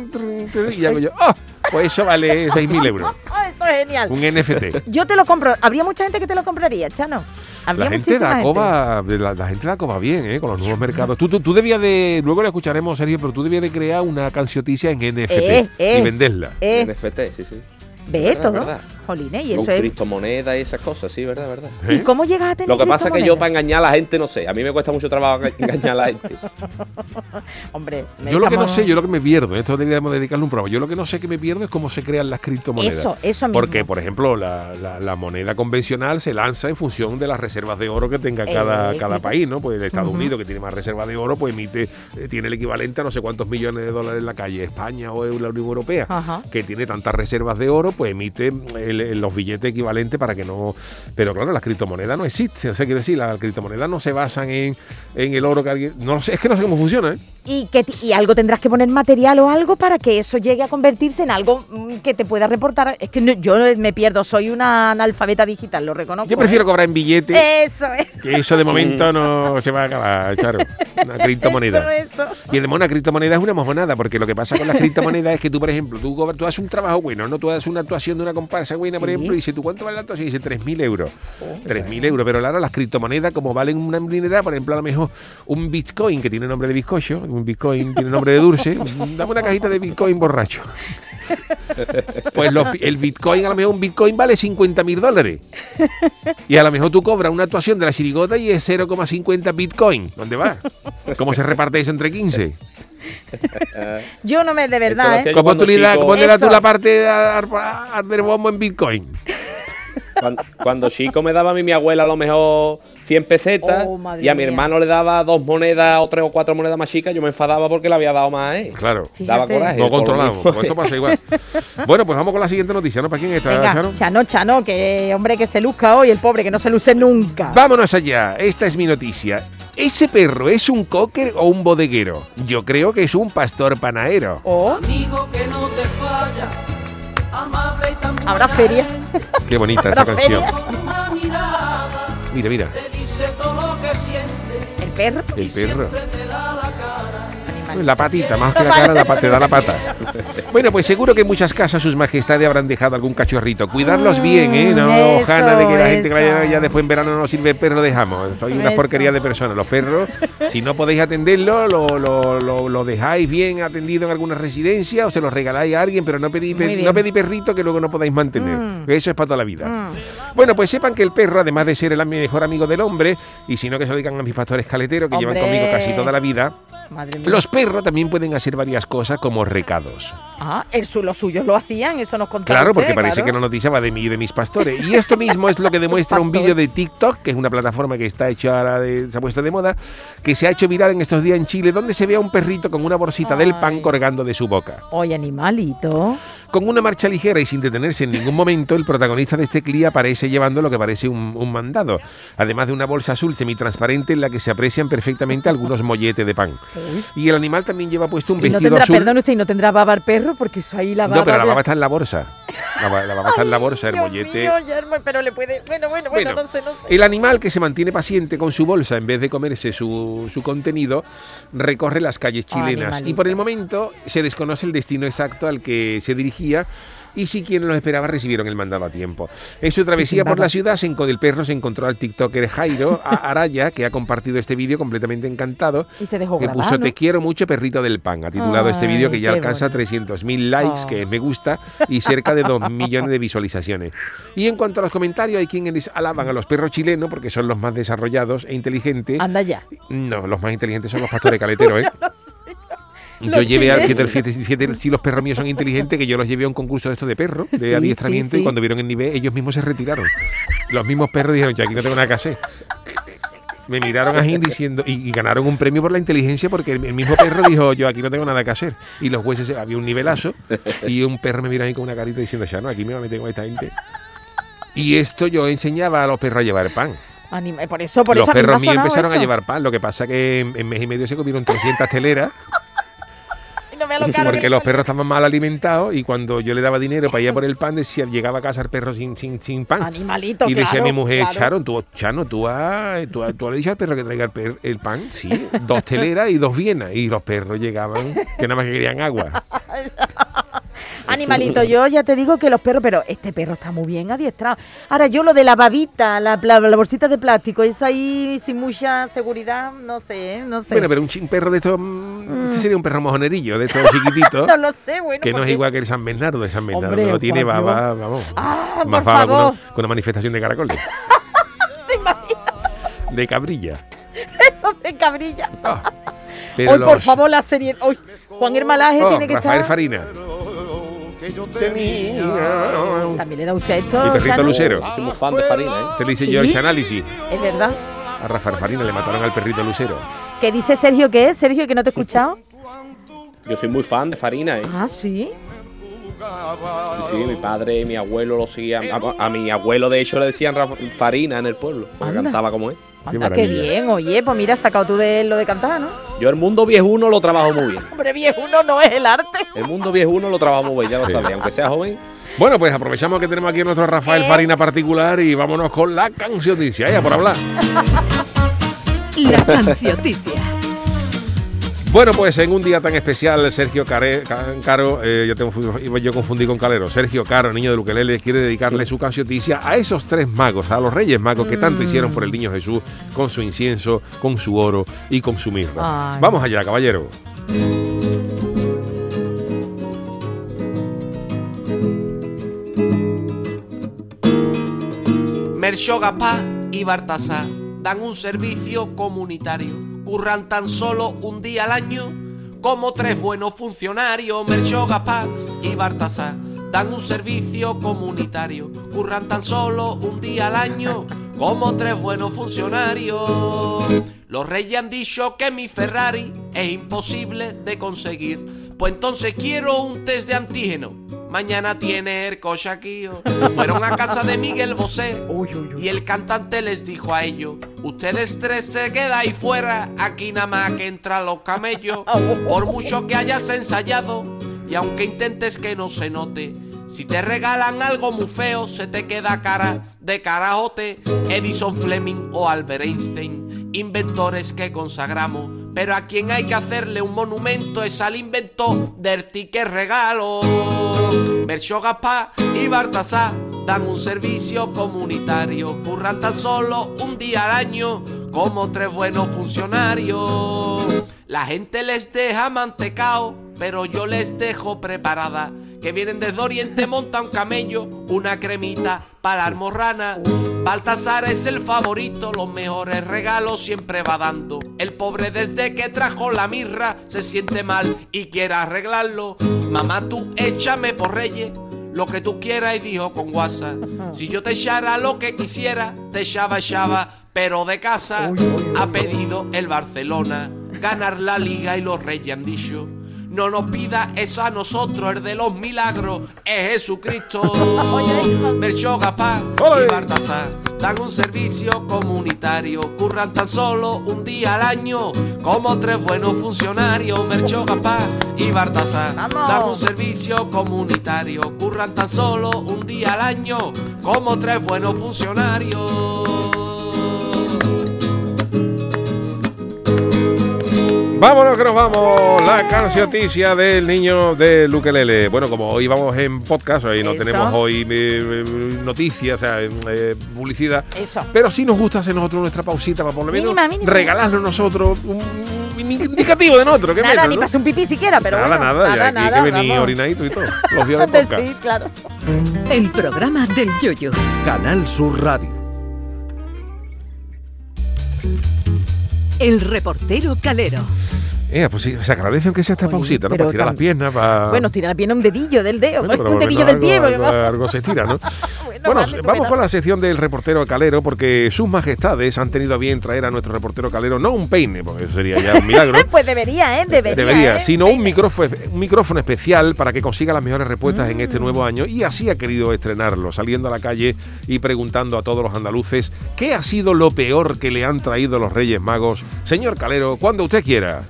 Y hago yo, ¡oh! Pues eso vale seis mil euros. Ah, eso es genial. Un N F T. Yo te lo compro. Habría mucha gente que te lo compraría, Chano. Habría La gente muchísima da gente. coba, la, la gente da coba bien, ¿eh? Con los nuevos mercados. Tú, tú, tú debías de, luego le escucharemos, Sergio, pero tú debías de crear una cancioticia en N F T Eh, eh. y venderla. Eh, N F T, sí, sí. ve Verdad, todo. verdad. Jolines, y Con eso es. criptomonedas y esas cosas, sí, verdad, verdad. ¿Y ¿Eh? cómo llegas a tener Lo que pasa es que yo para criptomonedas? engañar a la gente no sé. A mí me cuesta mucho trabajo engañar a la gente. Hombre, Yo lo que no estamos- sé, yo lo que me pierdo, esto deberíamos dedicarle un programa. Yo lo que no sé que me pierdo es cómo se crean las criptomonedas. Eso, eso mismo. Porque, por ejemplo, la, la- la moneda convencional se lanza en función de las reservas de oro que tenga cada, Eh, cada sí. país, ¿no? Pues el Estados Ujú. Unidos, que tiene más reservas de oro, pues emite, eh, tiene el equivalente a no sé cuántos millones de dólares en la calle. España o la Unión Europea, Ajá. que tiene tantas reservas de oro, pues emite el- el- los billetes equivalentes para que no... Pero claro, las criptomonedas no existen. O sea, quiero decir, las criptomonedas no se basan en, en el oro que alguien... No lo sé, es que no sé cómo funciona, ¿eh? Y, que ti- y algo tendrás que poner material o algo para que eso llegue a convertirse en algo mm, que te pueda reportar. Es que no- yo me pierdo, soy una analfabeta digital, lo reconozco. Yo prefiero ¿eh? cobrar en billetes. Eso es. Que eso de momento no se va a acabar, claro. Una criptomoneda. Eso, eso. Y además una criptomoneda es una mojonada, porque lo que pasa con las criptomonedas es que tú, por ejemplo, tú, cobras- tú haces un trabajo bueno, ¿no? Tú haces una actuación de una comparsa buena, por Sí. ejemplo, y dices, ¿tú cuánto vale la actuación? Y dice tres mil euros. tres mil euros, pero ahora las criptomonedas, como valen una dinera, por ejemplo, a lo mejor un Bitcoin, que tiene nombre de bizcocho, un Bitcoin tiene nombre de dulce, dame una cajita de Bitcoin borracho. Pues los- el Bitcoin, a lo mejor un Bitcoin vale cincuenta mil dólares. Y a lo mejor tú cobras una actuación de la chirigota y es cero coma cincuenta Bitcoin. ¿Dónde va? ¿Cómo se reparte eso entre quince? Yo no me, de Esto lo verdad, hacía ¿eh? yo ¿Cómo cuando tú le das, chico- cómo le das tú Eso. la parte de ar- ar- arder bombo en Bitcoin? Cuando, cuando chico me daba a mí mi abuela a lo mejor cien pesetas Oh, madre y a mi mía. hermano le daba dos monedas o tres o cuatro monedas más chicas, yo me enfadaba porque le había dado más a él. Claro. Daba Fíjate. coraje. No por lo controlamos, mismo. pues esto pasa igual. Bueno, pues vamos con la siguiente noticia, ¿no? ¿Para quién está, Venga, Charo? Chano, Chano, que hombre que se luzca hoy, el pobre que no se luce nunca. Vámonos allá, esta es mi noticia. ¿Ese perro es un cocker o un bodeguero? Yo creo que es un pastor panadero. Oh, Amigo que no te falla, amable y tan Habrá feria. Qué bonita esta canción. Mira, mira. El perro. El perro. La patita, más que la cara, la pata, te da la pata. Bueno, pues seguro que en muchas casas sus majestades habrán dejado algún cachorrito. Cuidarlos bien, ¿eh? No, eso, Jana, de que la gente que eso. vaya ya después en verano no nos sirve el perro, lo dejamos. Soy una Eso. porquería de personas. Los perros, si no podéis atenderlo, lo, lo, lo, lo dejáis bien atendido en alguna residencia o se lo regaláis a alguien, pero no pedí, Muy bien. no pedí perrito que luego no podáis mantener. Mm. Eso es para toda la vida. Mm. Bueno, pues sepan que el perro, además de ser el mejor amigo del hombre, y si no que se lo digan a mis pastores caleteros que llevan Hombre. conmigo casi toda la vida, Madre mía. los perros también pueden hacer varias cosas como recados. Ah, el su, los suyos lo hacían, eso nos contaba Claro, usted, porque parece claro. que la noticia va de mí y de mis pastores. Y esto mismo es lo que demuestra un vídeo de TikTok, que es una plataforma que está hecha ahora de, se ha puesto de moda, que se ha hecho viral en estos días en Chile, donde se ve a un perrito con una bolsita del pan Ay. colgando de su boca. Oye, animalito. Con una marcha ligera y sin detenerse en ningún momento, el protagonista de este clip aparece llevando lo que parece un, un mandado, además de una bolsa azul semitransparente en la que se aprecian perfectamente algunos molletes de pan. Uy. Y el animal también lleva puesto un Y no vestido tendrá, azul. perdón usted, y no tendrá baba el perro porque es ahí la baba. No, pero la de- baba está en la bolsa. La, ba- la baba está en la bolsa, el Dios mollete. mío, Yermo, pero le puede. Bueno, bueno, bueno, Bueno, no sé, no sé. el animal, que se mantiene paciente con su bolsa en vez de comerse su, su contenido, recorre las calles chilenas. Animalito. Y por el momento se desconoce el destino exacto al que se dirigía y si quienes los esperaba recibieron el mandado a tiempo. En su travesía por la ciudad, se enco- del perro se encontró al tiktoker Jairo a- Araya, que ha compartido este vídeo completamente encantado, Y se dejó que grabar, puso ¿no? "Te quiero mucho, perrito del pan", ha titulado este Ay, vídeo, que ya qué alcanza bonito. trescientos mil likes, Oh. que es me gusta, y cerca de dos millones de visualizaciones. Y en cuanto a los comentarios, hay quienes alaban a los perros chilenos porque son los más desarrollados e inteligentes. Anda ya. No, los más inteligentes son los pastores caleteros, ¿eh? Yo Los llevé al chilenos. fíjate, fíjate, fíjate si los perros míos son inteligentes, que yo los llevé a un concurso de estos de perros, de Sí, adiestramiento, sí, sí. y cuando vieron el nivel, ellos mismos se retiraron. Los mismos perros dijeron, ya aquí no tengo nada que hacer. Me miraron así diciendo, y, y ganaron un premio por la inteligencia, porque el, el mismo perro dijo, yo aquí no tengo nada que hacer. Y los jueces, había un nivelazo, y un perro me miró ahí con una carita diciendo, ya no, aquí me va a meter con esta gente. Y esto yo enseñaba a los perros a llevar pan. Anima- Por eso, por Los eso a mí me ha perros míos sonado empezaron a esto. llevar pan, lo que pasa que en, en mes y medio se comieron trescientas teleras. Y no vea lo caro Porque que los sale. perros estaban mal alimentados y cuando yo le daba dinero para ir a por el pan, decía, llegaba a casa el perro sin, sin, sin pan. Animalito, Y decía claro, mi mujer, claro. Charo, tú, Chano, ¿tú, has, tú, has- tú le has dicho al perro que traiga el, per- el pan? Sí, dos teleras y dos vienas. Y los perros llegaban, que nada más que querían agua. Animalito, yo ya te digo que los perros, pero este perro está muy bien adiestrado. Ahora, yo lo de la babita, la, la, la bolsita de plástico, eso ahí sin mucha seguridad, no sé, ¿eh? no sé. Bueno, pero un, chi- un perro de estos, mm, este sería un perro mojonerillo, de estos chiquititos, no lo sé, bueno. que no es porque- igual que el San Bernardo. De San Bernardo Hombre, no tiene por baba, vamos, Ah, más por baba que una, favor. que una manifestación de caracoles. ¿Te imaginas De cabrilla. eso de cabrilla? Ah, pero Hoy, por los- favor, la serie. Hoy, Juan Hermalaje Oh, tiene que Rafael estar. Farina. También le da usted a esto. Mi perrito Chano? Lucero. Soy muy fan de Farina, ¿eh? Te lo dice ¿Sí? George Análisis. Es verdad. A Rafael Farina le mataron al perrito Lucero. ¿Qué dice Sergio qué es? Sergio, que no te he escuchado. Yo soy muy fan de Farina, ¿eh? Ah, sí. Sí, mi padre y mi abuelo lo seguían. A, a mi abuelo, de hecho, le decían Rafa- Farina en el pueblo, porque Anda. cantaba como él. Qué Anda, qué maravilla. bien, oye, pues mira, has sacado tú de lo de cantar, ¿no? Yo el mundo viejuno lo trabajo muy bien. Hombre, viejuno no es el arte. El mundo viejuno lo trabajo muy bien, ya lo Sí. sabía. Aunque sea joven, Bueno, pues aprovechamos que tenemos aquí a nuestro Rafael Eh. Farina particular y vámonos con la cancioticia. Ya por hablar. La cancioticia. Bueno, pues en un día tan especial, Sergio Care- Ca- Caro, eh, ya tengo, iba yo confundí con Calero, Sergio Caro, niño del ukelele, quiere dedicarle su cancioticia a esos tres magos, a los reyes magos que tanto hicieron por el niño Jesús, con su incienso, con su oro y con su mirra. Ay. Vamos allá, caballero. Melchor, Gaspar y Baltasar dan un servicio comunitario. Curran tan solo un día al año como tres buenos funcionarios. Melchor, Gaspar y Baltasar dan un servicio comunitario. Curran tan solo un día al año como tres buenos funcionarios. Los reyes han dicho que mi Ferrari es imposible de conseguir. Pues entonces quiero un test de antígeno. Mañana tiene el coche aquí. Fueron a casa de Miguel Bosé y el cantante les dijo a ellos: ustedes tres se quedáis fuera, aquí nada más que entran los camellos. Por mucho que hayas ensayado y aunque intentes que no se note, Si te regalan algo muy feo, se te queda cara de carajote. Edison, Fleming o Albert Einstein, inventores que consagramos. Pero a quien hay que hacerle un monumento es al inventor del ticket regalo. Melchor, Gaspar y Baltasar dan un servicio comunitario. Curran tan solo un día al año como tres buenos funcionarios. La gente les deja mantecao, pero yo les dejo preparada. Que vienen desde Oriente, monta un camello, una cremita para la almorrana. Baltasar es el favorito, los mejores regalos siempre va dando. El pobre desde que trajo la mirra se siente mal y quiere arreglarlo. Mamá, tú échame por Reyes lo que tú quieras, y dijo con guasa. Si yo te echara lo que quisiera, te echaba, echaba, pero de casa. Ha pedido el Barcelona ganar la Liga y los Reyes han dicho: no nos pida eso a nosotros, el de los milagros es Jesucristo. Melchor, Gaspar y Baltasar dan un servicio comunitario. Curran tan solo un día al año como tres buenos funcionarios. Melchor, Gaspar y Baltasar dan un servicio comunitario. Curran tan solo un día al año como tres buenos funcionarios. Vámonos que nos vamos, la cancioticia del niño de Luquelele. Bueno, como hoy vamos en podcast, ahí no Eso. tenemos hoy eh, noticias, o sea, eh, publicidad. Eso. Pero sí nos gusta hacer nosotros nuestra pausita para por lo menos Mínima, mínima. regalarnos nosotros un, un indicativo de nosotros. ¿Qué Nada, menos, ni no? para hacer un pipí siquiera, pero nada, bueno. nada, ya aquí hay que venir vamos. orinadito y todo, los días de podcast. Sí, claro. El programa del Yoyo. Canal Sur Radio. El reportero Calero. Eh, pues sí, se agradece aunque sea esta Oye, pausita, ¿no? pero Para tirar tam- las piernas, para... Bueno, tira la pierna un dedillo del dedo, Bueno, pero un por lo dedillo menos del pie. algo, Porque algo, va- algo se estira, ¿no? Bueno, Bueno, vale, tú vamos verás. con la sección del reportero calero, porque sus majestades han tenido a bien traer a nuestro reportero calero no un peine, porque eso sería ya un milagro. Pues debería, ¿eh? Debería. Debería, ¿eh? sino un Peine. micrófono, un micrófono especial para que consiga las mejores respuestas Mm. en este nuevo año, y así ha querido estrenarlo, saliendo a la calle y preguntando a todos los andaluces qué ha sido lo peor que le han traído los Reyes Magos. Señor Calero, cuando usted quiera.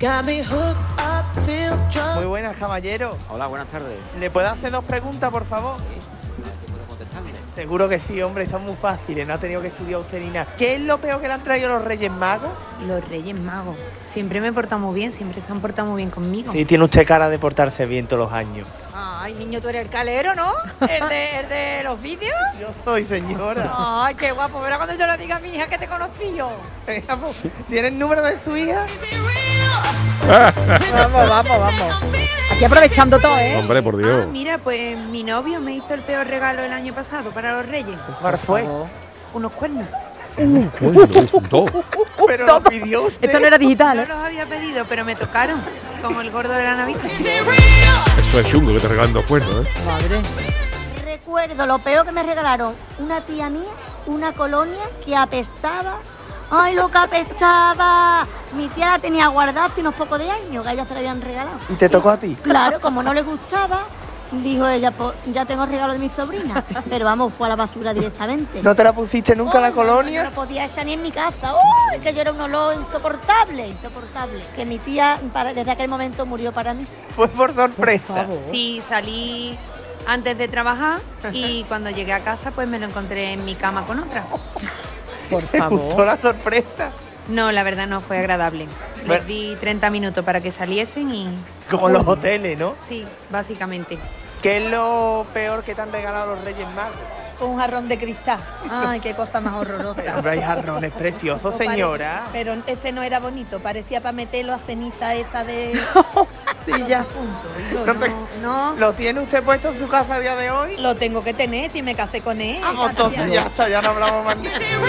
Muy buenas, caballero. Hola, buenas tardes. ¿Le puedo hacer dos preguntas, por favor? ¿Puedo contestarme? Seguro que sí, hombre, son muy fáciles, no ha tenido que estudiar usted ni nada. ¿Qué es lo peor que le han traído los Reyes Magos? Los Reyes Magos. Siempre me he portado muy bien, siempre se han portado muy bien conmigo. Sí, tiene usted cara de portarse bien todos los años. Ay, niño, tú eres el calero, ¿no? ¿El de, el de los vídeos? Yo soy, señora. Ay, qué guapo. Verá cuando yo le diga a mi hija que te conocí yo. ¿Tiene el número de su hija? Vamos, vamos, vamos. Aquí aprovechando todo, ¿eh? Hombre, por Dios. Ah, mira, pues mi novio me hizo el peor regalo el año pasado para los Reyes. ¿Cuál fue? Unos cuernos. Bueno, dos. Pero lo pidió usted. Esto no era digital, No ¿eh? los había pedido, pero me tocaron. Como el gordo de la Navidad. Eso es chungo que te regalan dos cuernos, ¿eh? Madre. Recuerdo lo peor que me regalaron una tía mía, una colonia que apestaba. ¡Ay, lo que apestaba! Mi tía la tenía guardada hace unos pocos de años, que a ella se la habían regalado. ¿Y te tocó a ti? Claro, como no le gustaba, dijo ella, pues ya tengo regalo de mi sobrina. Pero vamos, fue a la basura directamente. ¿No te la pusiste nunca a la Oh, no, colonia? No, no podía echar ni en mi casa. ¡Uy! Que yo era un olor insoportable, insoportable. Que mi tía para, desde aquel momento murió para mí. Fue por sorpresa. Sí, salí antes de trabajar y cuando llegué a casa pues me lo encontré en mi cama con otra. Por ¿Te gustó favor. la sorpresa? No, la verdad no fue agradable. Bueno. Les di treinta minutos para que saliesen y... Como en los hoteles, ¿no? Sí, básicamente. ¿Qué es lo peor que te han regalado los Reyes Magos? Un jarrón de cristal. Ay, qué cosa más horrorosa. Hombre, hay jarrones preciosos, señora. Pero ese no era bonito, parecía para meterlo a ceniza esa de... Sí, ya. No te- No, ¿Lo tiene usted puesto en su casa a día de hoy? lo tengo que tener si me casé con él. Ah, entonces ya está, ya no hablamos más.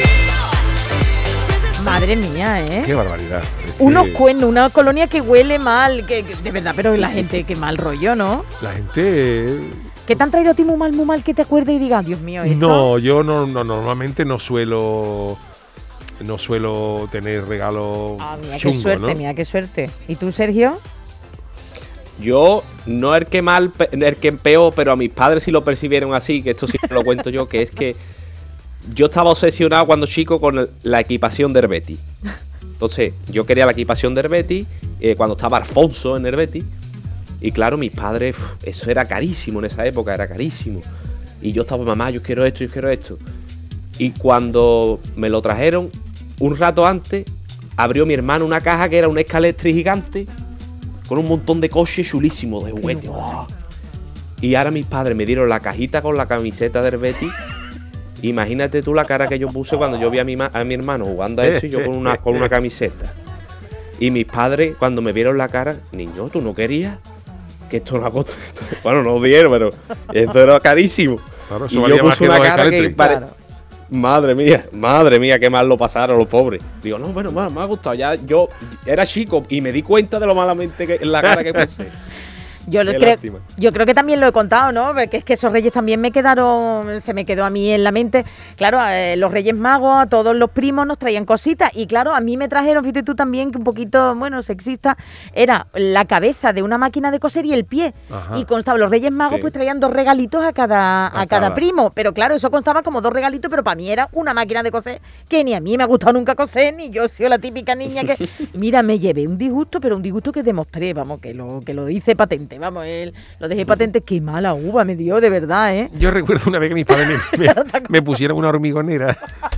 Madre mía, ¿eh? Qué barbaridad. Es que Unos cuernos, una colonia que huele mal, que, que- de verdad, pero la gente, qué mal rollo, ¿no? La gente... ¿Qué te han traído a ti muy mal, muy mal, que te acuerdes y digas, Dios mío, esto? No, yo no, no normalmente no suelo no suelo tener regalos Ah, mira, qué chungos, suerte, ¿no? mira, qué suerte. ¿Y tú, Sergio? Yo, no el que mal, pe- el que peor, pero a mis padres sí lo percibieron así, que esto sí lo cuento yo, que es que yo estaba obsesionado cuando chico con el- la equipación del Betis. Entonces, yo quería la equipación del Betis, eh, cuando estaba Alfonso en el Betis, Y claro, mis padres, uf, eso era carísimo en esa época, era carísimo. Y yo estaba, mamá, yo quiero esto, yo quiero esto. Y cuando me lo trajeron, un rato antes, abrió mi hermano una caja que era un Escaletri gigante con un montón de coches chulísimos de juguetes. ¡Oh! Y ahora mis padres me dieron la cajita con la camiseta del Betis. Imagínate tú la cara que yo puse cuando yo vi a mi, ma- a mi hermano jugando a eso y yo con una, con una camiseta. Y mis padres, cuando me vieron la cara, niño, ¿tú no querías? Que esto no costó. Bueno, no dieron, pero esto era carísimo. Claro, y yo puse una cara que pare... claro. Madre mía, madre mía, qué mal lo pasaron los pobres. Digo, no, bueno, me ha gustado. Ya yo era chico y me di cuenta de lo malamente que en la cara que puse. Yo, lo creo, yo creo que también lo he contado, ¿no? Porque es que esos reyes también me quedaron, se me quedó a mí en la mente. Claro, eh, los reyes magos, a todos los primos nos traían cositas. Y claro, a mí me trajeron, fíjate tú también, que un poquito, bueno, sexista, era la cabeza de una máquina de coser y el pie. Ajá. Y constaba, los reyes magos sí. pues traían dos regalitos a cada, a cada primo. Pero claro, eso constaba como dos regalitos, pero para mí era una máquina de coser que ni a mí me ha gustado nunca coser, ni yo soy la típica niña que... Mira, me llevé un disgusto, pero un disgusto que demostré, vamos, que lo, que lo hice patente. Vamos, él, lo dejé patente, qué mala uva me dio, de verdad, ¿eh? Yo recuerdo una vez que mis padres me, me, me pusieron una hormigonera.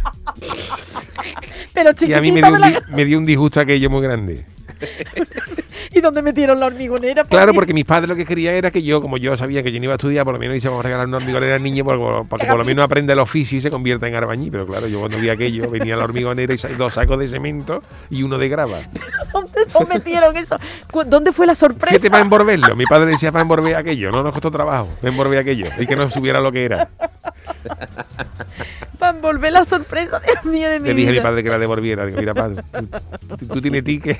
Pero chiquitita, y a mí me dio, un, la... me dio un disgusto aquello muy grande. ¿Y dónde metieron la hormigonera? Claro, mí? Porque mis padres lo que querían era que yo, como yo sabía que yo no iba a estudiar, por lo menos hice, vamos a regalar una hormigonera al niño para, para que por lo menos aprenda el oficio y se convierta en albañil. Pero claro, yo cuando vi aquello, venía la hormigonera y dos sacos de cemento y uno de grava. ¿Pero dónde no metieron eso? ¿Dónde fue la sorpresa? Fíjate, para envolverlo. Mi padre decía para envolver aquello. No nos costó trabajo, para envolver aquello. Y que no supiera lo que era. Para envolver la sorpresa, Dios mío de mi Le dije vida. a mi padre que la devolviera. Digo, mira, padre, tú, tú, tú tienes ticket.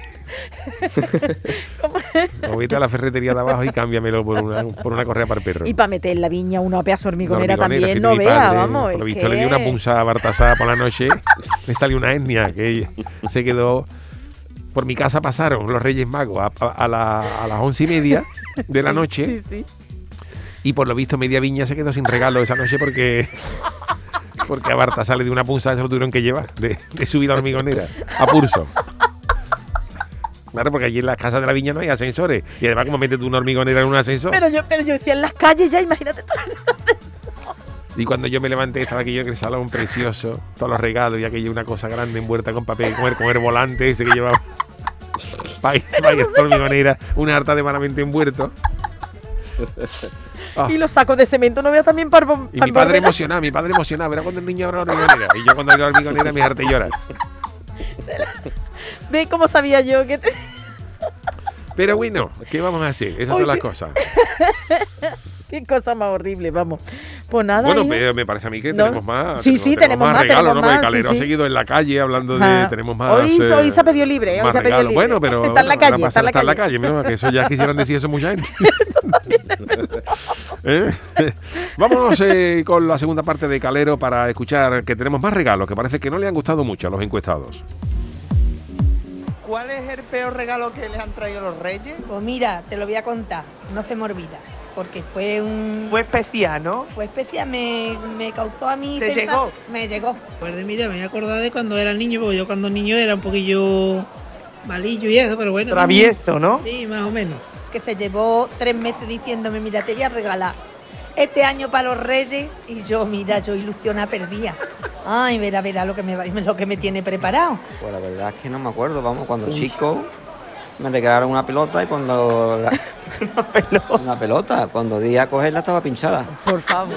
O vete a la ferretería de abajo y cámbiamelo por una, por una correa para el perro. Y para meter en la viña una pedazo hormigonera, hormigonera también, no vea, padre, vamos. Por lo visto que... le di una punzada a Bartasá por la noche, le salió una etnia que se quedó. Por mi casa pasaron los Reyes Magos a, a, a, la, a las once y media de la noche. Sí, sí. Y por lo visto media viña se quedó sin regalo esa noche porque porque a Bartasá le dio una punzada y se lo tuvieron que llevar de, de subida hormigonera a pulso. Claro, porque allí en las casas de la viña no hay ascensores. Y además, como metes tú una hormigonera en un ascensor. Pero yo, pero yo decía en las calles ya, imagínate todo. Y cuando yo me levanté, estaba aquello en el salón precioso, todos los regalos y aquello una cosa grande envuelta con papel, con el, con el volante ese que llevaba. Para ir a la hormigonera, una harta de malamente envuelto. Oh. Y los sacos de cemento no veo también para. Pa y mi padre emocionado, mi padre emocionado. Verá cuando el niño abre la hormigonera. Y yo cuando abrí la hormigonera me harté llorar. ¿Ves cómo sabía yo que te... Pero bueno, ¿qué vamos a hacer? Esas Oye. son las cosas. Qué cosa más horrible, vamos. Pues nada. Bueno, me, me parece a mí que ¿no? tenemos más. Sí, tenemos, sí, tenemos, tenemos más regalos, tenemos ¿no? Más, Porque Calero sí, sí. ha seguido en la calle hablando de. Ah. Tenemos más. Hoy, eh, hoy se ha pedido libre, hoy se ha pedido libre. Bueno, pero. Está en la calle, está en la está calle. En la calle mira, que eso ya quisieran decir eso mucha gente. Eso también es verdad. ¿Eh? Vámonos eh, con la segunda parte de Calero para escuchar que tenemos más regalos que parece que no le han gustado mucho a los encuestados. ¿Cuál es el peor regalo que les han traído los Reyes? Pues mira, te lo voy a contar, no se me olvida, porque fue un... Fue especial, ¿no? Fue especial, me, me causó a mí... ¿Te sensa... llegó? Me llegó. Pues de, mira, me voy a acordar de cuando era niño, porque yo cuando niño era un poquillo malillo y eso, pero bueno... Travieso, ¿no? Sí, más o menos. Que se llevó tres meses diciéndome, mira, te voy a regalar este año para los Reyes, y yo, mira, yo ilusiona perdía. Ay, verá, verá lo que me, lo que me tiene preparado. Pues la verdad es que no me acuerdo, vamos, cuando Uy. chico me regalaron una pelota y cuando... La... ¿Una pelota? Una pelota, cuando di a cogerla estaba pinchada. Por favor.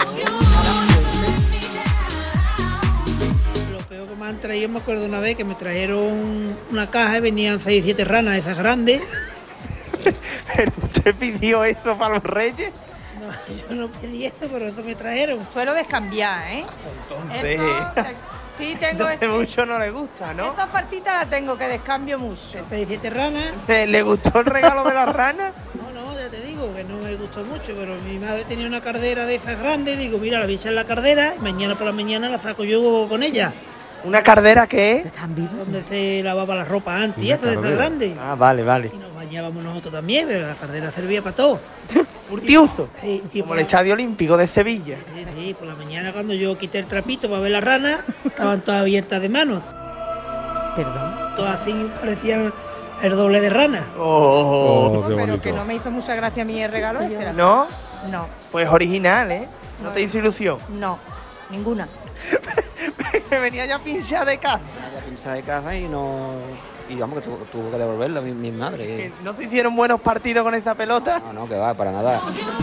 Lo peor que me han traído, me acuerdo una vez que me trajeron una caja y venían seis, siete ranas, esas grandes. ¿Pero usted pidió eso para los Reyes? No, yo no pedí eso, pero eso me trajeron. Suelo descambiar, ¿eh? Entonces... Eso, sí, tengo... Entonces este... mucho no le gusta, ¿no? Esta partita la tengo, que descambio mucho. diecisiete ranas. ¿Le, ¿Le gustó el regalo de las ranas? No, no, ya te digo que no me gustó mucho, pero mi madre tenía una cardera de esas grandes, digo, mira, la voy a echar en la cardera y mañana por la mañana la saco yo con ella. ¿Una cardera qué es? Donde se lavaba la ropa antes y eso, de esas grandes. Ah, vale, vale. Y nos bañábamos nosotros también, pero la cardera servía para todo. ¿Multiuso? Sí, y como el Estadio Olímpico de Sevilla. Sí, sí, por la mañana cuando yo quité el trapito para ver las ranas, estaban todas abiertas de manos. Perdón. Todas así, parecían el doble de rana. Oh, qué Pero bonito. que no me hizo mucha gracia a mí el regalo ese. la ¿No? verdad. No, Pues original, ¿eh? ¿No te hizo ilusión? no, ninguna. Me venía ya pinchada de casa. Ya pinza de casa y no. Y vamos, que tuvo, tuvo que devolverla mi, mi madre. Que ¿No se hicieron buenos partidos con esa pelota? No, no, que va, para nada.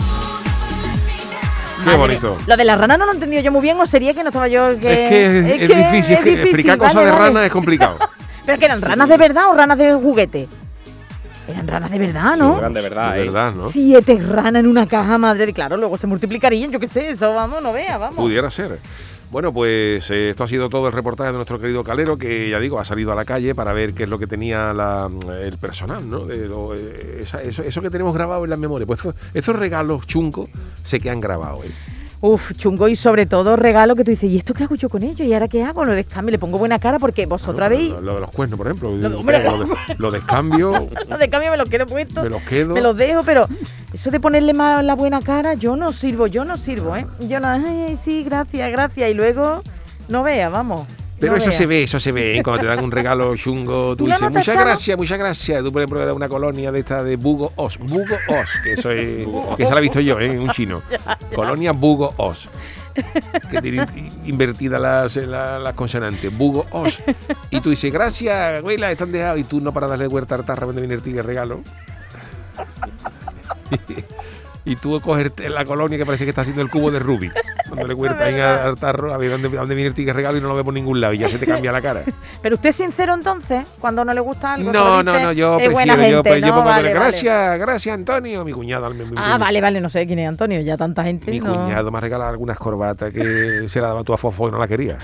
Qué Madre bonito. mía. Lo de la rana no lo he entendido yo muy bien, o sería que no estaba yo. Que... Es que es, es difícil, es que explicar vale, cosas de vale. rana es complicado. ¿Pero que eran ranas de verdad o ranas de juguete? Eran ranas de verdad, ¿no? Eran de verdad, De ¿eh? verdad, ¿no? Siete ranas en una caja, madre. Claro, luego se multiplicarían, yo qué sé, eso, vamos, no vea, vamos. Pudiera ser. Bueno, pues eh, esto ha sido todo el reportaje de nuestro querido Calero, que ya digo, ha salido a la calle para ver qué es lo que tenía la, el personal, ¿no? De lo, eh, esa- eso, eso que tenemos grabado en la memoria. Pues eso- esos regalos chungos se quedan grabados, ¿eh? Uf, chungo y sobre todo regalo que tú dices, ¿y esto qué hago yo con ello? ¿Y ahora qué hago? Lo descambio, le pongo buena cara porque vosotras veis. Lo, lo de los cuernos, por ejemplo. Lo de- Lo, hombre, de, lo descambio, Lo descambio me los quedo puestos. me los quedo. Me los dejo, pero eso de ponerle más la buena cara, yo no sirvo, yo no sirvo, ¿eh? Yo no, ay, ay, sí, gracias, gracias. Y luego, no vea, vamos. Pero no eso vea. se ve, eso se ve, ¿eh? Cuando te dan un regalo chungo, tú ¿Tú la dices, notas, muchas Chano? gracias, muchas gracias. Tú, por ejemplo, le das una colonia de esta de Bugo Os. Bugo Os, que eso es, que esa la he visto yo, ¿eh? Un chino. Colonia Bugo Os. Que tiene invertidas las, las, las consonantes. Bugo Os. Y tú dices, gracias, güey, la están dejado. Y tú no para darle vuelta al tarra cuando viene el tigre regalo. Y tú coges la colonia que parece que está haciendo el cubo de Rubik. Cuando le vueltas ahí al tarro, a ver dónde, dónde viene el tigre regalo y no lo ve por ningún lado y ya se te cambia la cara. Pero usted es sincero entonces, cuando no le gusta algo. se lo No, dice, no, no, yo es buena prefiero, yo, gente, yo ¿no? pongo Vale, gracias, vale. gracias Antonio, mi cuñado. Mi, mi- Ah, mi- vale, vale, no sé quién es Antonio, ya tanta gente. Mi no. cuñado me ha regalado algunas corbatas que se la daba tú a Fofo y no la quería.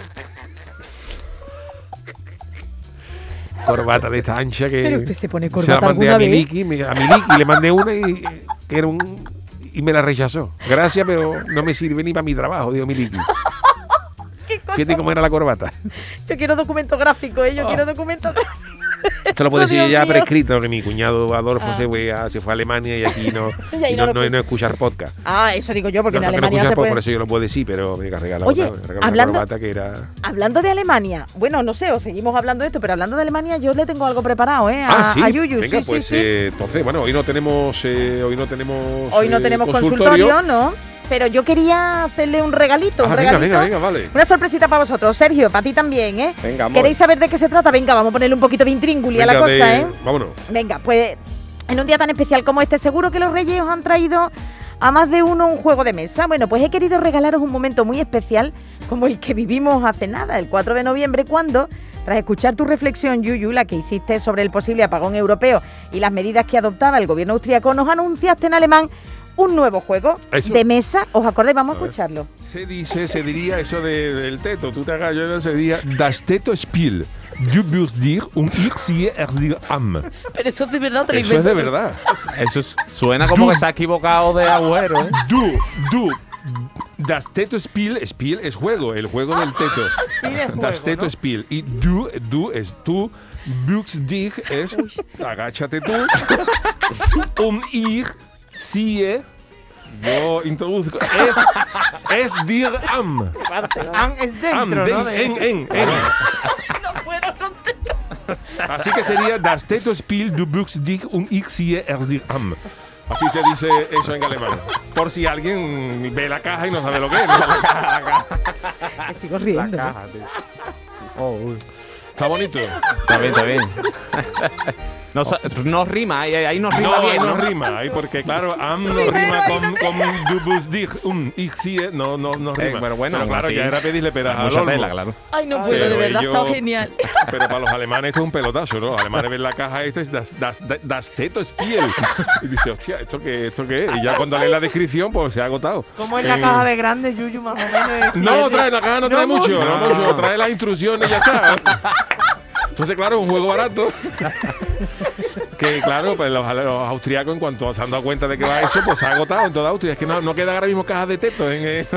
Corbata de esta ancha que Pero usted se pone se corbata la mandé a alguna mi vez. Liki, me- a mi Liki le mandé una y que era un y me la rechazó. Gracias, pero no me sirve ni para mi trabajo, digo mi Liki. ¿Qué cosa? Fíjate cómo era la corbata. Yo quiero documento gráfico, ¿eh? Yo Oh. quiero documento gráfico. Esto lo puedo decir Dios ya mío. prescrito, porque mi cuñado Adolfo Ah. se, fue a, se fue a Alemania y aquí no, Y ahí y no no, lo no, escucha. no escuchar podcast. Ah, eso digo yo, porque No, en no, que no Alemania escuchar se podcast, puede... por eso yo lo puedo decir, pero me regalado, Oye, me regaló hablando- una corbata que era... Hablando de Alemania, bueno, no sé, o seguimos hablando de esto, pero hablando de Alemania, yo le tengo algo preparado, ¿eh? A, Ah, sí. a Yuyu, Venga, sí, pues sí, sí. eh, entonces, bueno, hoy no tenemos, eh, hoy no tenemos, Hoy no eh, tenemos consultorio, ¿no? Pero yo quería hacerle un regalito, un Ah, venga, regalito. venga, venga, vale. Una sorpresita para vosotros. Sergio, para ti también, ¿eh? Venga, amor. ¿Queréis saber de qué se trata? Venga, vamos a ponerle un poquito de intríngulis a la Venga, cosa, de- ¿eh? Vámonos. Venga, pues en un día tan especial como este, seguro que los Reyes os han traído a más de uno un juego de mesa. Bueno, pues he querido regalaros un momento muy especial como el que vivimos hace nada, el cuatro de noviembre, cuando, tras escuchar tu reflexión, Yuyu, la que hiciste sobre el posible apagón europeo y las medidas que adoptaba el gobierno austriaco, nos anunciaste en alemán un nuevo juego Eso. de mesa. ¿Os acordáis? Vamos a, A ver. escucharlo. Se dice, se diría eso de- del teto. Tú te hagas, yo no se diría das Teto-Spiel. Du wirst dir und ich sehe es dir am. Pero eso es de verdad, te lo Eso es de inventas tú. verdad. Eso es- suena como que se ha equivocado de agujero, ¿eh? Du, du. Das Teto-Spiel, Spiel es juego, el juego del teto. Das Teto-Spiel. Y du, du es tú. Büchst dich es agáchate tú. Um ich sehe, yo introduzco, es, es dir am. Am es Am, dentro, den, ¿no? De- en, en, en. Así que sería das Teto-Spiel, du büchst dich und ich sehe es dir am. Así se dice eso en alemán. Por si alguien ve la caja y no sabe lo que es. Me sigo riendo. ¿eh? Oh, uy. Está bonito. Está bien, está bien. No, sa- no rima, ahí, ahí no rima No, bien, ahí no ¿no? rima, ahí porque claro, am no rima con, con du bist dich, um, ich sehe, no, no, no Eh, rima. pero bueno, pero claro, así, ya era pedirle peras al mucha olmo. tela, claro. Ay, no Ah, puedo, de pero verdad, ellos- está genial. Pero para los alemanes esto es un pelotazo, ¿no? Los alemanes ven la caja esta es das, das, das, das Teto-Spiel. Y dice, hostia, ¿esto qué, ¿esto qué es? Y ya cuando lee la descripción, pues se ha agotado. ¿Cómo es la Eh, caja de grande, Yuyu, más o menos? No, trae la caja, no trae No mucho, mucho. no mucho, trae las instrucciones y ya está. Entonces, claro, es un juego barato. Que claro, pues los, los austriacos en cuanto se han dado cuenta de que va eso, pues se ha agotado en toda Austria. Es que no, no quedan ahora mismo cajas de teto en, eh,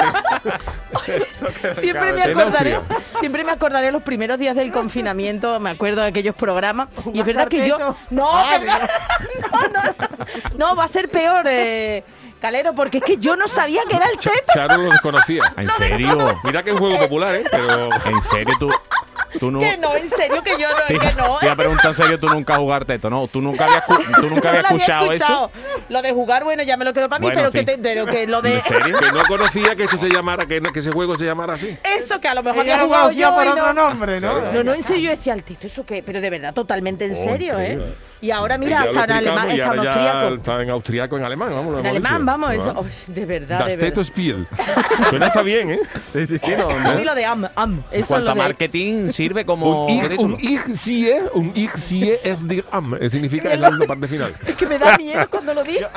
Siempre me en acordaré, Austria. siempre me acordaré los primeros días del confinamiento, me acuerdo de aquellos programas y es verdad que yo teto. no, Ah, perdón, no, no, no, va a ser peor, eh, Calero, porque es que yo no sabía que era el teto. Charo lo desconocía. ¿En serio? Mira que es un juego popular, ¿eh? Pero ¿En serio tú, Tú no, Que no, en serio, que yo no, que no. Te iba a preguntar en serio, tú nunca jugaste esto, ¿no? Tú nunca habías, escu- tú nunca habías No lo había escuchado, escuchado. eso. Lo de jugar, bueno, ya me lo quedo para mí, Bueno, pero, sí. que te, pero que lo de... ¿En serio? Que no conocía que eso se llamara, que, no- que ese juego se llamara así. Eso, que a lo mejor Ella había lo jugado conocía yo por y otro no... nombre, ¿no? No, no, en serio, yo decía al Tito, ¿eso qué? Pero de verdad, totalmente en Oh, serio, ¿eh? increíble. Y ahora, Y mira, ya lo hasta en explicamos alemán, y está en ahora ya austríaco. está en austriaco, en alemán, vamos, lo En hemos alemán, dicho. vamos, eso... Ah. Uy, de verdad, Das de verdad. Teto-Spiel. Suena hasta bien, ¿eh? Sí, sí, sí, no, A no. mí lo de am, am, En eso es cuanto lo a de... marketing, sirve como Un ich, título. un ich sie, un ich sie es dir am. Eh, Significa es la parte final. Es que me da miedo cuando lo digo.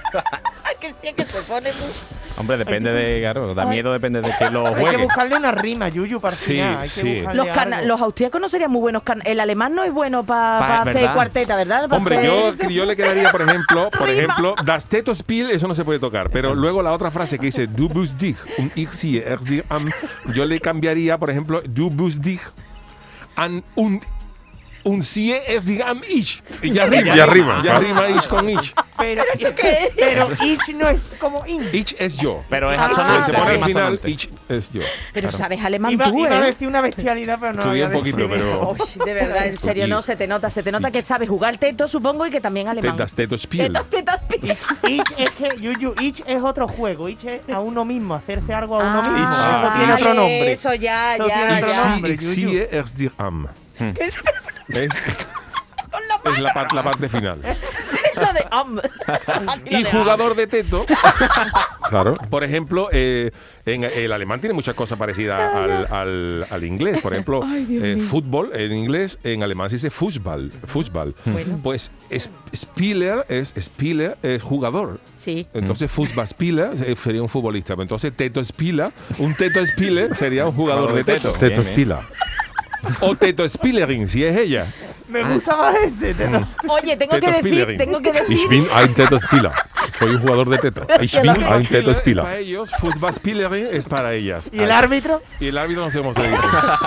Que sí, que se pone muy... Hombre, depende de, claro, da miedo, depende de que lo Hay que juegue. buscarle una rima, Yuyu, para el Sí, final. Hay que sí. buscarle Los, cana- algo. los austríacos no serían muy buenos. can- El alemán no es bueno para Pa- hacer ¿verdad? cuarteta, ¿verdad? Pa' Hombre, hacer- yo, yo le quedaría, por ejemplo, por ejemplo, das Teto-Spiel, eso no se puede tocar. Pero luego la otra frase que dice, du bist dich, un ich sie es dir am, yo le cambiaría, por ejemplo, du bist dich an un un sie es dir am ich. Y ya rima. Ya rima. Ya rima ich con ich. Pero, ¿Eso qué es? pero ich no es como in. Ich es yo. Pero es Ah, asonante. Se pone al rima final, asonante. ich es yo. Pero sabes alemán Iba, tú, iba a ¿eh? decir una bestialidad, pero no Estudié lo voy a un poquito, decir. pero- Uy, de verdad, en serio, no, se te nota, se te nota que sabes jugar teto, supongo, y que también alemán. Das Teto-Spiel. Tetos, tetas, pi- Ich es que, Yuyu, ich es otro juego. Ich es a uno mismo, hacerse algo a uno Ah, mismo. Ah, Eso tiene otro vale, nombre. Eso ya, Eso ya, tiene otro ya. nombre. Ich Yuyu. sie es dir am. Que es ¿Ves? Es la, par- la parte final. lo de am. Y Lo de jugador de teto. Claro. Por ejemplo, eh, en el alemán tiene muchas cosas parecidas al, al- al inglés. Por ejemplo, Ay, Dios eh, mío. fútbol en inglés, en alemán se dice Fußball. Fußball. Bueno. Pues es- Spieler es Spieler es jugador. Sí. Entonces Fußballspieler eh, sería un futbolista. Pero entonces Teto Spieler, un Teto Spieler sería un jugador de teto. Bien, bien. Spieler. O Teto Spielerin, si es ella. Me gusta más ese. te lo- Oye, tengo que Teto decir, Spielerin. tengo que decir... Ich bin ein Teto Spieler. Soy un jugador de teto. Ich bin ein Teto Spieler. Para ellos, Fußballspielerin es para ellas. ¿Y el árbitro? Y el árbitro no sé cómo se dice.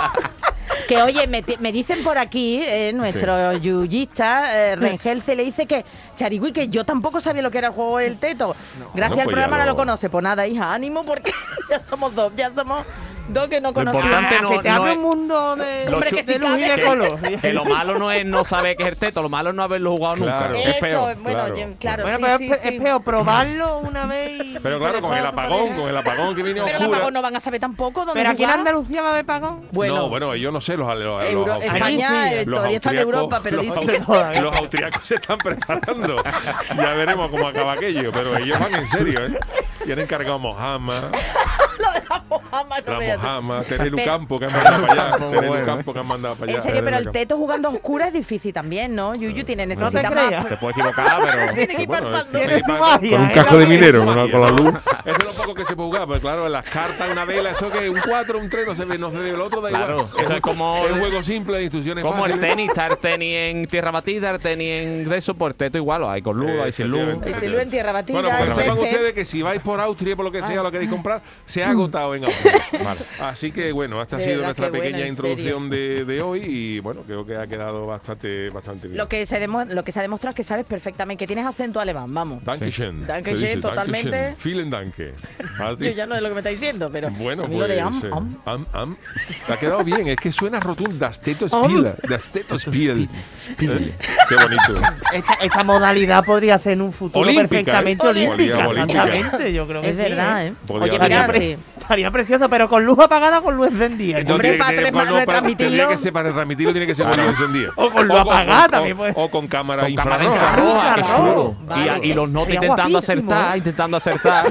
Que oye, me, ti- me dicen por aquí, eh, nuestro yuyista, eh, Rengelce, le dice que, Charigüi, que yo tampoco sabía lo que era el juego del teto. Gracias no, al pues programa ya ahora lo... lo- conoce. Pues nada, hija, ánimo, porque ya somos dos, ya somos dos que no Lo conocemos. importante no, que te no abre es... un mundo de, Lo Hombre, chu- que de si luz y cabe- de color. Que lo malo no es no saber qué es el teto, lo malo es no haberlo jugado Claro. nunca. Es Eso, peor. bueno, claro. yo- claro, Bueno, sí, pero sí, es, sí. es peor probarlo una vez y... Pero claro, con el apagón, con el apagón que viene Pero el oscura. apagón no van a saber tampoco dónde Pero aquí en jugar. Andalucía va a haber pagón. Bueno, No, bueno, yo no sé, los, los, los Euro- austriacos- España eh, los todavía está en austriacos- Europa, pero los, dicen que austri- los austriacos se están preparando. Ya veremos cómo acaba aquello, pero ellos van en serio, ¿eh? Tienen cargado Mojama, lo de la Mojama, no la veas tú. Mojama, Terelu Campo que han mandado para allá, Muy Terelu bueno. Campo que han mandado para allá. En serio, pero el Terelu teto jugando a oscuras es difícil también, ¿no? Yuyu tiene No te necesita creas. más. Te puedo equivocar, pero... Tiene que ir Bueno, palpando. es- Tiene su es- magia. con un ¿eh? casco La de minero, magia. con la, con la luz. Eso es lo poco que se puede jugar, pero claro, en las cartas, una vela, eso que un cuatro, un tres, no se ve, no se ve, el otro da Claro, igual. eso es como- Es un juego simple de instrucciones Como el fáciles. tenis, está el tenis en tierra batida, el tenis en de eso, por teto igual, hay con luz, hay sin luz. Efectivamente. Y si lo en tierra batida, Bueno, pues el sepan césped. ustedes que si vais por Austria, por lo que sea, lo queréis comprar, se ha agotado en Austria. Así que bueno, esta ha De sido verdad, nuestra qué bueno, pequeña en introducción de, de hoy y bueno, creo que ha quedado bastante, bastante bien. Lo que, se demo- lo que se ha demostrado es que sabes perfectamente, que tienes acento alemán, vamos. Dankeschön. Dankeschön, Se dice totalmente. Dankeschön. Vielen Danke. Así. Yo ya no sé lo que me está diciendo, pero Bueno, a mí pues, lo de am, eh, am. am, am. Te ha quedado bien, es que suena rotundo. Das Teto-Spiel. Das Teto-Spiel. Eh, Qué bonito. Esta, esta modalidad podría ser en un futuro Olímpica, ¿eh? perfectamente Podría, olímpica. olímpica. Exactamente, yo creo que Es sí, verdad, ¿eh? Podría Oye, ser. mira, Estaría, pre- sí. estaría precioso, pero con luz apagada o con luz encendida. Entonces, Hombre, tiene- para tiene- tres más no, para- retransmitirlo. tendría que ser para retransmitirlo, tiene que ser con luz encendida. O con luz apagada también puede. O con cámara Con cámara infrarroja. infrarroja, qué Claro. chulo. Vale. Y, y los notes Sería intentando guapísimo, acertar, ¿eh? intentando acertar.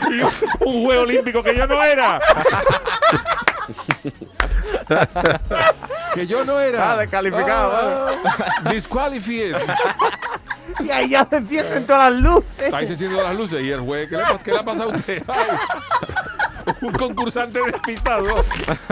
Un juego olímpico que yo no era. que yo no era. Ah, descalificado, Ah, disqualified. Y ahí ya se encienden todas las luces. Ahí se encienden las luces y el juez, ¿qué le, pas- qué le ha pasado a usted? Ay, un concursante despistado.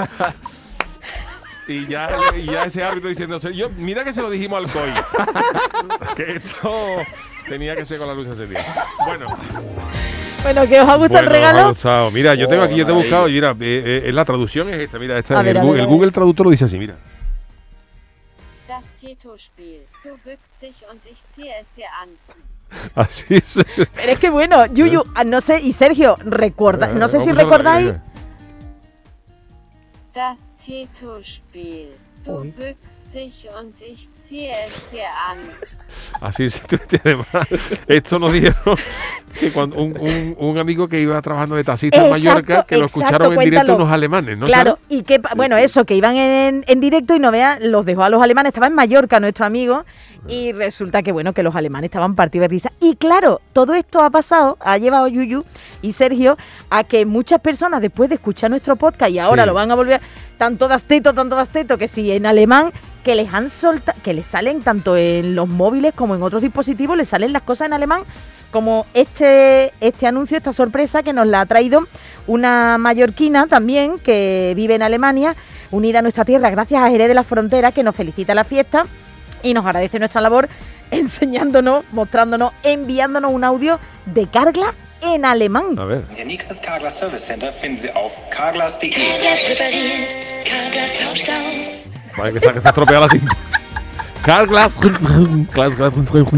Y ya, y ya ese árbitro diciéndose, yo, mira que se lo dijimos al C O I. Que esto tenía que ser con la luz encendida. Bueno. Bueno, ¿que os ha gustado el Bueno, me ha regalo? gustado. Mira, yo tengo Oh, aquí, yo te he maravilla. buscado, y mira, eh, eh, la traducción es esta, mira, esta, A ver, el, a Google, ver, a el ver. Google Traductor lo dice así, mira. Das Teto-Spiel. Du bückst dich und ich ziehe es dir an. Así es. Pero es que bueno, Yuyu, ah, no sé, y Sergio, recuerda, no sé si Vamos a ver, recordáis, venga. Das Teto-Spiel. Du bückst dich und ich ziehe es dir an. Así se además, esto nos dijeron que cuando un, un, un amigo que iba trabajando de taxista en Mallorca, que lo exacto, escucharon en directo cuéntalo. unos alemanes, ¿no? Claro, y que, pa- bueno, eso, que iban en, en directo y no vean, los dejó a los alemanes, estaba en Mallorca nuestro amigo, y resulta que, bueno, que los alemanes estaban partidos de risa. Y claro, todo esto ha pasado, ha llevado Yuyu y Sergio a que muchas personas, después de escuchar nuestro podcast, y ahora Sí. lo van a volver, tanto dasteto, tanto dasteto, que sí, en alemán, que les han soltado, que les salen tanto en los móviles como en otros dispositivos, les salen las cosas en alemán, como este, este anuncio, esta sorpresa que nos la ha traído una mallorquina también, que vive en Alemania, unida a nuestra tierra gracias a Jerez de la Frontera, que nos felicita la fiesta y nos agradece nuestra labor enseñándonos, mostrándonos, enviándonos un audio de Carglass en alemán. A ver. Ihr nächstes Carglass Service Center finden Sie auf carglass punto de. Carglass repariert, Carglass tauscht aus. Vale, que se, que se ha estropeado la cinta. Carglass. Carglass.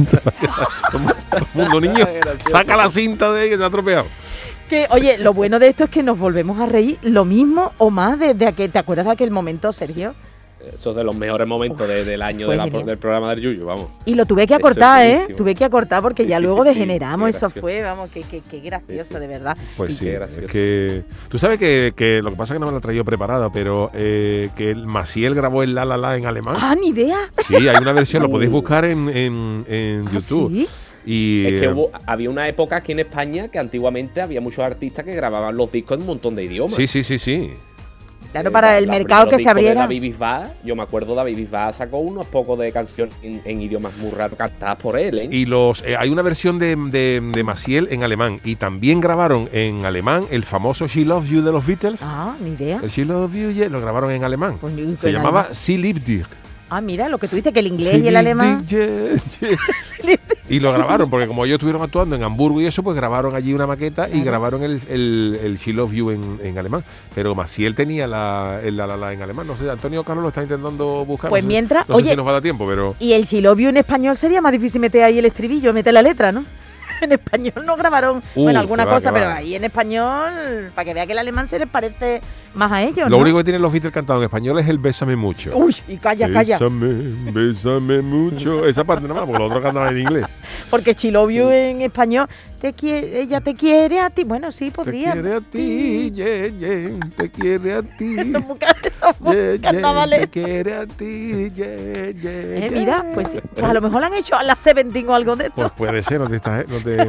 Todo el mundo, niño, saca la cinta de ahí que se ha estropeado. Que, oye, lo bueno de esto es que nos volvemos a reír lo mismo o más desde aquel, ¿te acuerdas de aquel momento, Sergio? Eso es de los mejores momentos de- del año fue de la- genial. del programa del Yuyu, vamos. Y lo tuve que Eso es acortar, ¿eh? buenísimo. Tuve que acortar porque ya Sí, sí, luego sí, sí, degeneramos, qué eso gracioso. fue, vamos, qué, qué, qué gracioso, de verdad. Pues sí, Qué es gracioso. que tú sabes que, que lo que pasa es que no me lo he traído preparada, pero eh, que el Maciel grabó el La La La en alemán. Ah, ni idea. Sí, hay una versión, lo podéis buscar en, en, en ¿Ah, YouTube. sí? Y Es que eh, hubo, había una época aquí en España que antiguamente había muchos artistas que grababan los discos en un montón de idiomas. sí, sí, sí, sí. Claro, Eh, para la- el la- mercado los que se discos de abriera. David Bisbal, yo me acuerdo, David Bisbal sacó unos pocos de canciones en, en idiomas muy raros cantadas por él, ¿eh? Y los eh, hay una versión de, de, de Maciel en alemán y también grabaron en alemán el famoso She Loves You de los Beatles. Ah, ni idea. El She Loves You yeah, lo grabaron en alemán. Pues ni- Se en llamaba alemán. Sie liebt dich. Ah, mira, lo que tú dices, que el inglés Sie y el liebt alemán. dich, yeah, yeah. Y lo grabaron, porque como ellos estuvieron actuando en Hamburgo y eso, pues grabaron allí una maqueta y grabaron el, el, el She Loves You en, en alemán. Pero Maciel tenía la, el La La La en alemán. No sé, Antonio Carlos lo está intentando buscar. Pues no sé, mientras, no sé oye, si nos va a dar tiempo, pero... Y el She Love You en español sería más difícil meter ahí el estribillo, meter la letra, ¿no? En español no grabaron, Uh, bueno, alguna que va, cosa, que va. pero ahí en español, para que vea que el alemán se les parece más a ellos, Lo ¿no? único que tienen los Beatles cantados en español es el Bésame mucho. Uy, y calla, calla. Bésame, bésame mucho. Esa parte nada más, porque los otros cantaban en inglés. Porque She Love You en español, te quiere, ella te quiere a ti. Bueno, sí, Te podría. quiere a ti, yeah, yeah, te quiere a ti. Eso es muy, eso es muy yeah, yeah, carnavalesco. te quiere a ti, yeah, yeah, Eh, yeah. mira, pues, sí, pues a lo mejor han hecho a las Seventeen o algo de esto. Pues puede ser, no te estás... No te,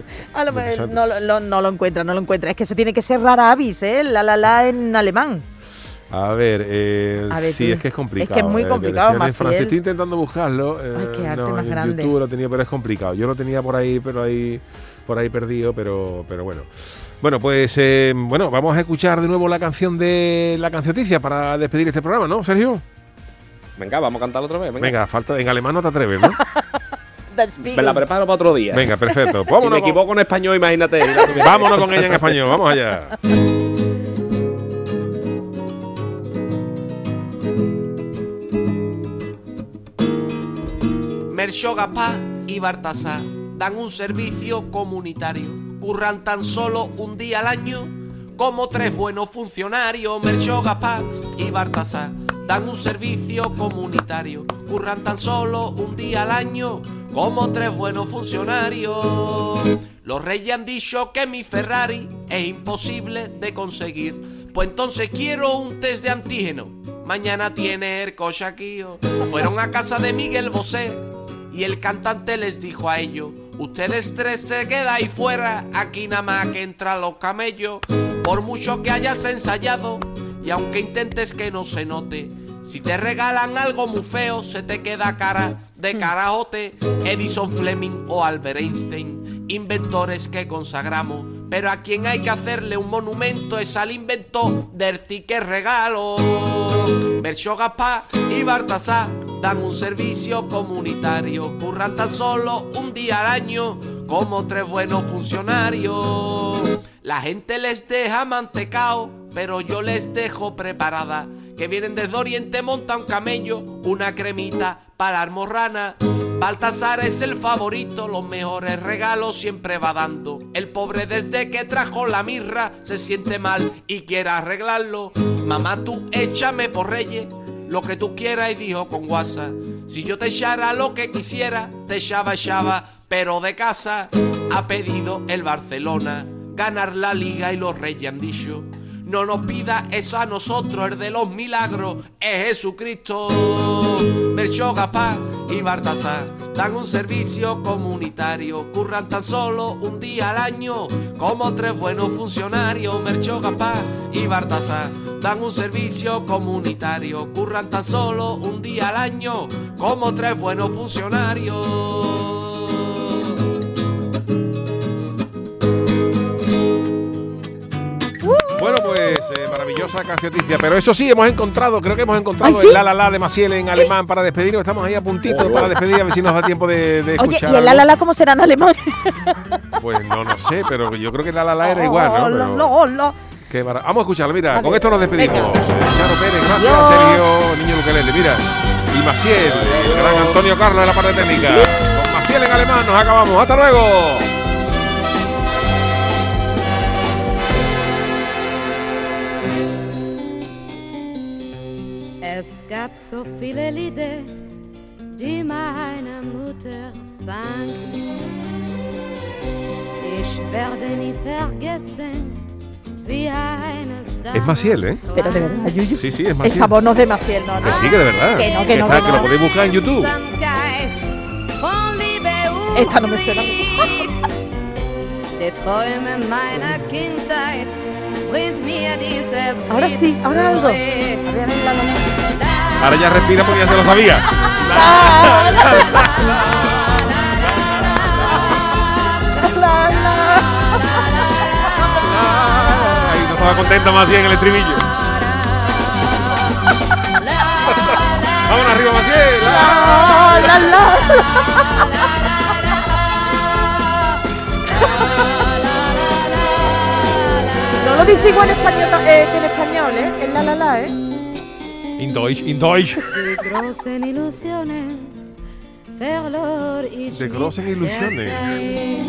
a lo no te mejor sabes. no, lo- lo- no lo encuentra, no lo encuentra. Es que eso tiene que ser rara avis, ¿eh? La la la en alemán. A ver, eh, A ver, sí, tú. es que es complicado. Es que es muy eh, complicado, versión en francés. Maciel. Estoy intentando buscarlo. eh, Ay, qué arte no, más en grande. YouTube lo tenía, pero es complicado. Yo lo tenía por ahí, pero ahí, por ahí perdido, pero, pero bueno. Bueno, pues eh, bueno, vamos a escuchar de nuevo la canción de la cancioticia para despedir este programa, ¿no, Sergio? Venga, vamos a cantarlo otra vez. Venga, Venga, falta en alemán no te atreves, ¿no? me la preparo para otro día. Venga, perfecto. Pues Si vámonos me con- equivoco en español, imagínate. Vámonos con ella en español, vamos allá. Melchor Gaspar y Baltasar dan un servicio comunitario. Curran tan solo un día al año como tres buenos funcionarios. Melchor Gaspar y Baltasar dan un servicio comunitario. Curran tan solo un día al año como tres buenos funcionarios. Los reyes han dicho que mi Ferrari es imposible de conseguir. Pues entonces quiero un test de antígeno. Mañana tiene el coche aquí. Fueron a casa de Miguel Bosé y el cantante les dijo a ellos: ustedes tres se quedáis fuera, aquí nada más que entran los camellos. Por mucho que hayas ensayado y aunque intentes que no se note, si te regalan algo muy feo, se te queda cara de carajote. Edison, Fleming o Albert Einstein, inventores que consagramos, pero a quien hay que hacerle un monumento es al inventor del ticket regalo. Melchor Gaspar y Baltasar dan un servicio comunitario. Curran tan solo un día al año como tres buenos funcionarios. La gente les deja mantecao, pero yo les dejo preparada. Que vienen desde Oriente, monta un camello, una cremita para la almorrana. Baltasar es el favorito, los mejores regalos siempre va dando. El pobre desde que trajo la mirra se siente mal y quiere arreglarlo. Mamá, tú échame por Reyes lo que tú quieras y dijo con guasa. Si yo te echara lo que quisiera, te echaba, echaba, pero de casa ha pedido el Barcelona ganar la Liga y los Reyes han dicho: no nos pida eso a nosotros, el de los milagros es Jesucristo. Melchor, Gaspar y Baltasar dan un servicio comunitario, curran tan solo un día al año como tres buenos funcionarios. Melchor, Gaspar y Baltasar dan un servicio comunitario, curran tan solo un día al año como tres buenos funcionarios. Bueno, pues eh, maravillosa cancioticia. Pero eso sí, hemos encontrado, creo que hemos encontrado ¿Ah, sí? el La La La de Maciel en ¿Sí? alemán para despedirnos. Estamos ahí a puntito Oh. para despedir, a ver si nos da tiempo de, de Oye, escuchar. ¿y el la la la cómo será en alemán? Pues no, no sé, pero yo creo que La La La era igual, ¿no? Oh, Pero- la, la, la. Qué mara- Vamos a escucharlo, mira, Vale. con esto nos despedimos. Venga. Charo Pérez, gracias, Adiós. Sergio Niño Luquelele, mira. Y Maciel, el gran Antonio Carlos en la parte técnica. Con Maciel en alemán nos acabamos. ¡Hasta luego! Es gab so viele Lieder, die meine Mutter sang. Ich werde nie vergessen, wie eines Es Maciel, ¿eh? Pero de verdad, Yuyu. Sí, sí, es El Maciel. favor no es de Maciel, no. Que no. sí, que de verdad. Que no, que no, está, que que no. lo podéis buscar en YouTube. von Liebe und Esta no me suena. Krieg. Die Träume meiner Kindheit bringt mir dieses Ahora sí, Lied ahora algo. zurück. Ahora ya respira porque ya se lo sabía. Ahí no estaba contenta Maciel en el estribillo. Vámonos arriba, Maciel. La, la, la. No lo dice igual en español eh, que en español, ¿eh? Es la la la, ¿eh? In Deutsch, in Deutsch. Die großen Illusionen verlor ich De mit großen der Illusionen. Zeit.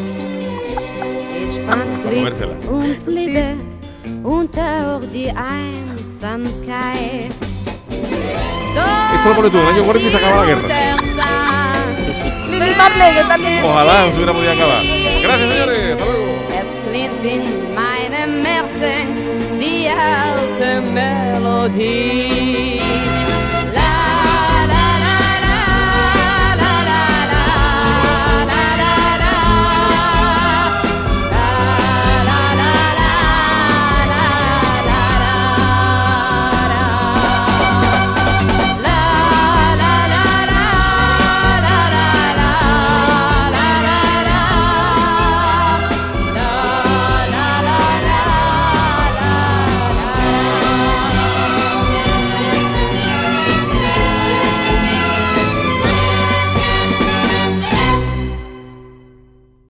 Ich fand Para Glück comérsela. und Liebe und auch die Einsamkeit. Esto lo pones tú en el año cuarenta y se acaba la guerra. Lili Marley, que también. Ojalá se hubiera podido acabar. Gracias, señores. Hasta luego. Es klingt in meinem Herzen die alte Melodie.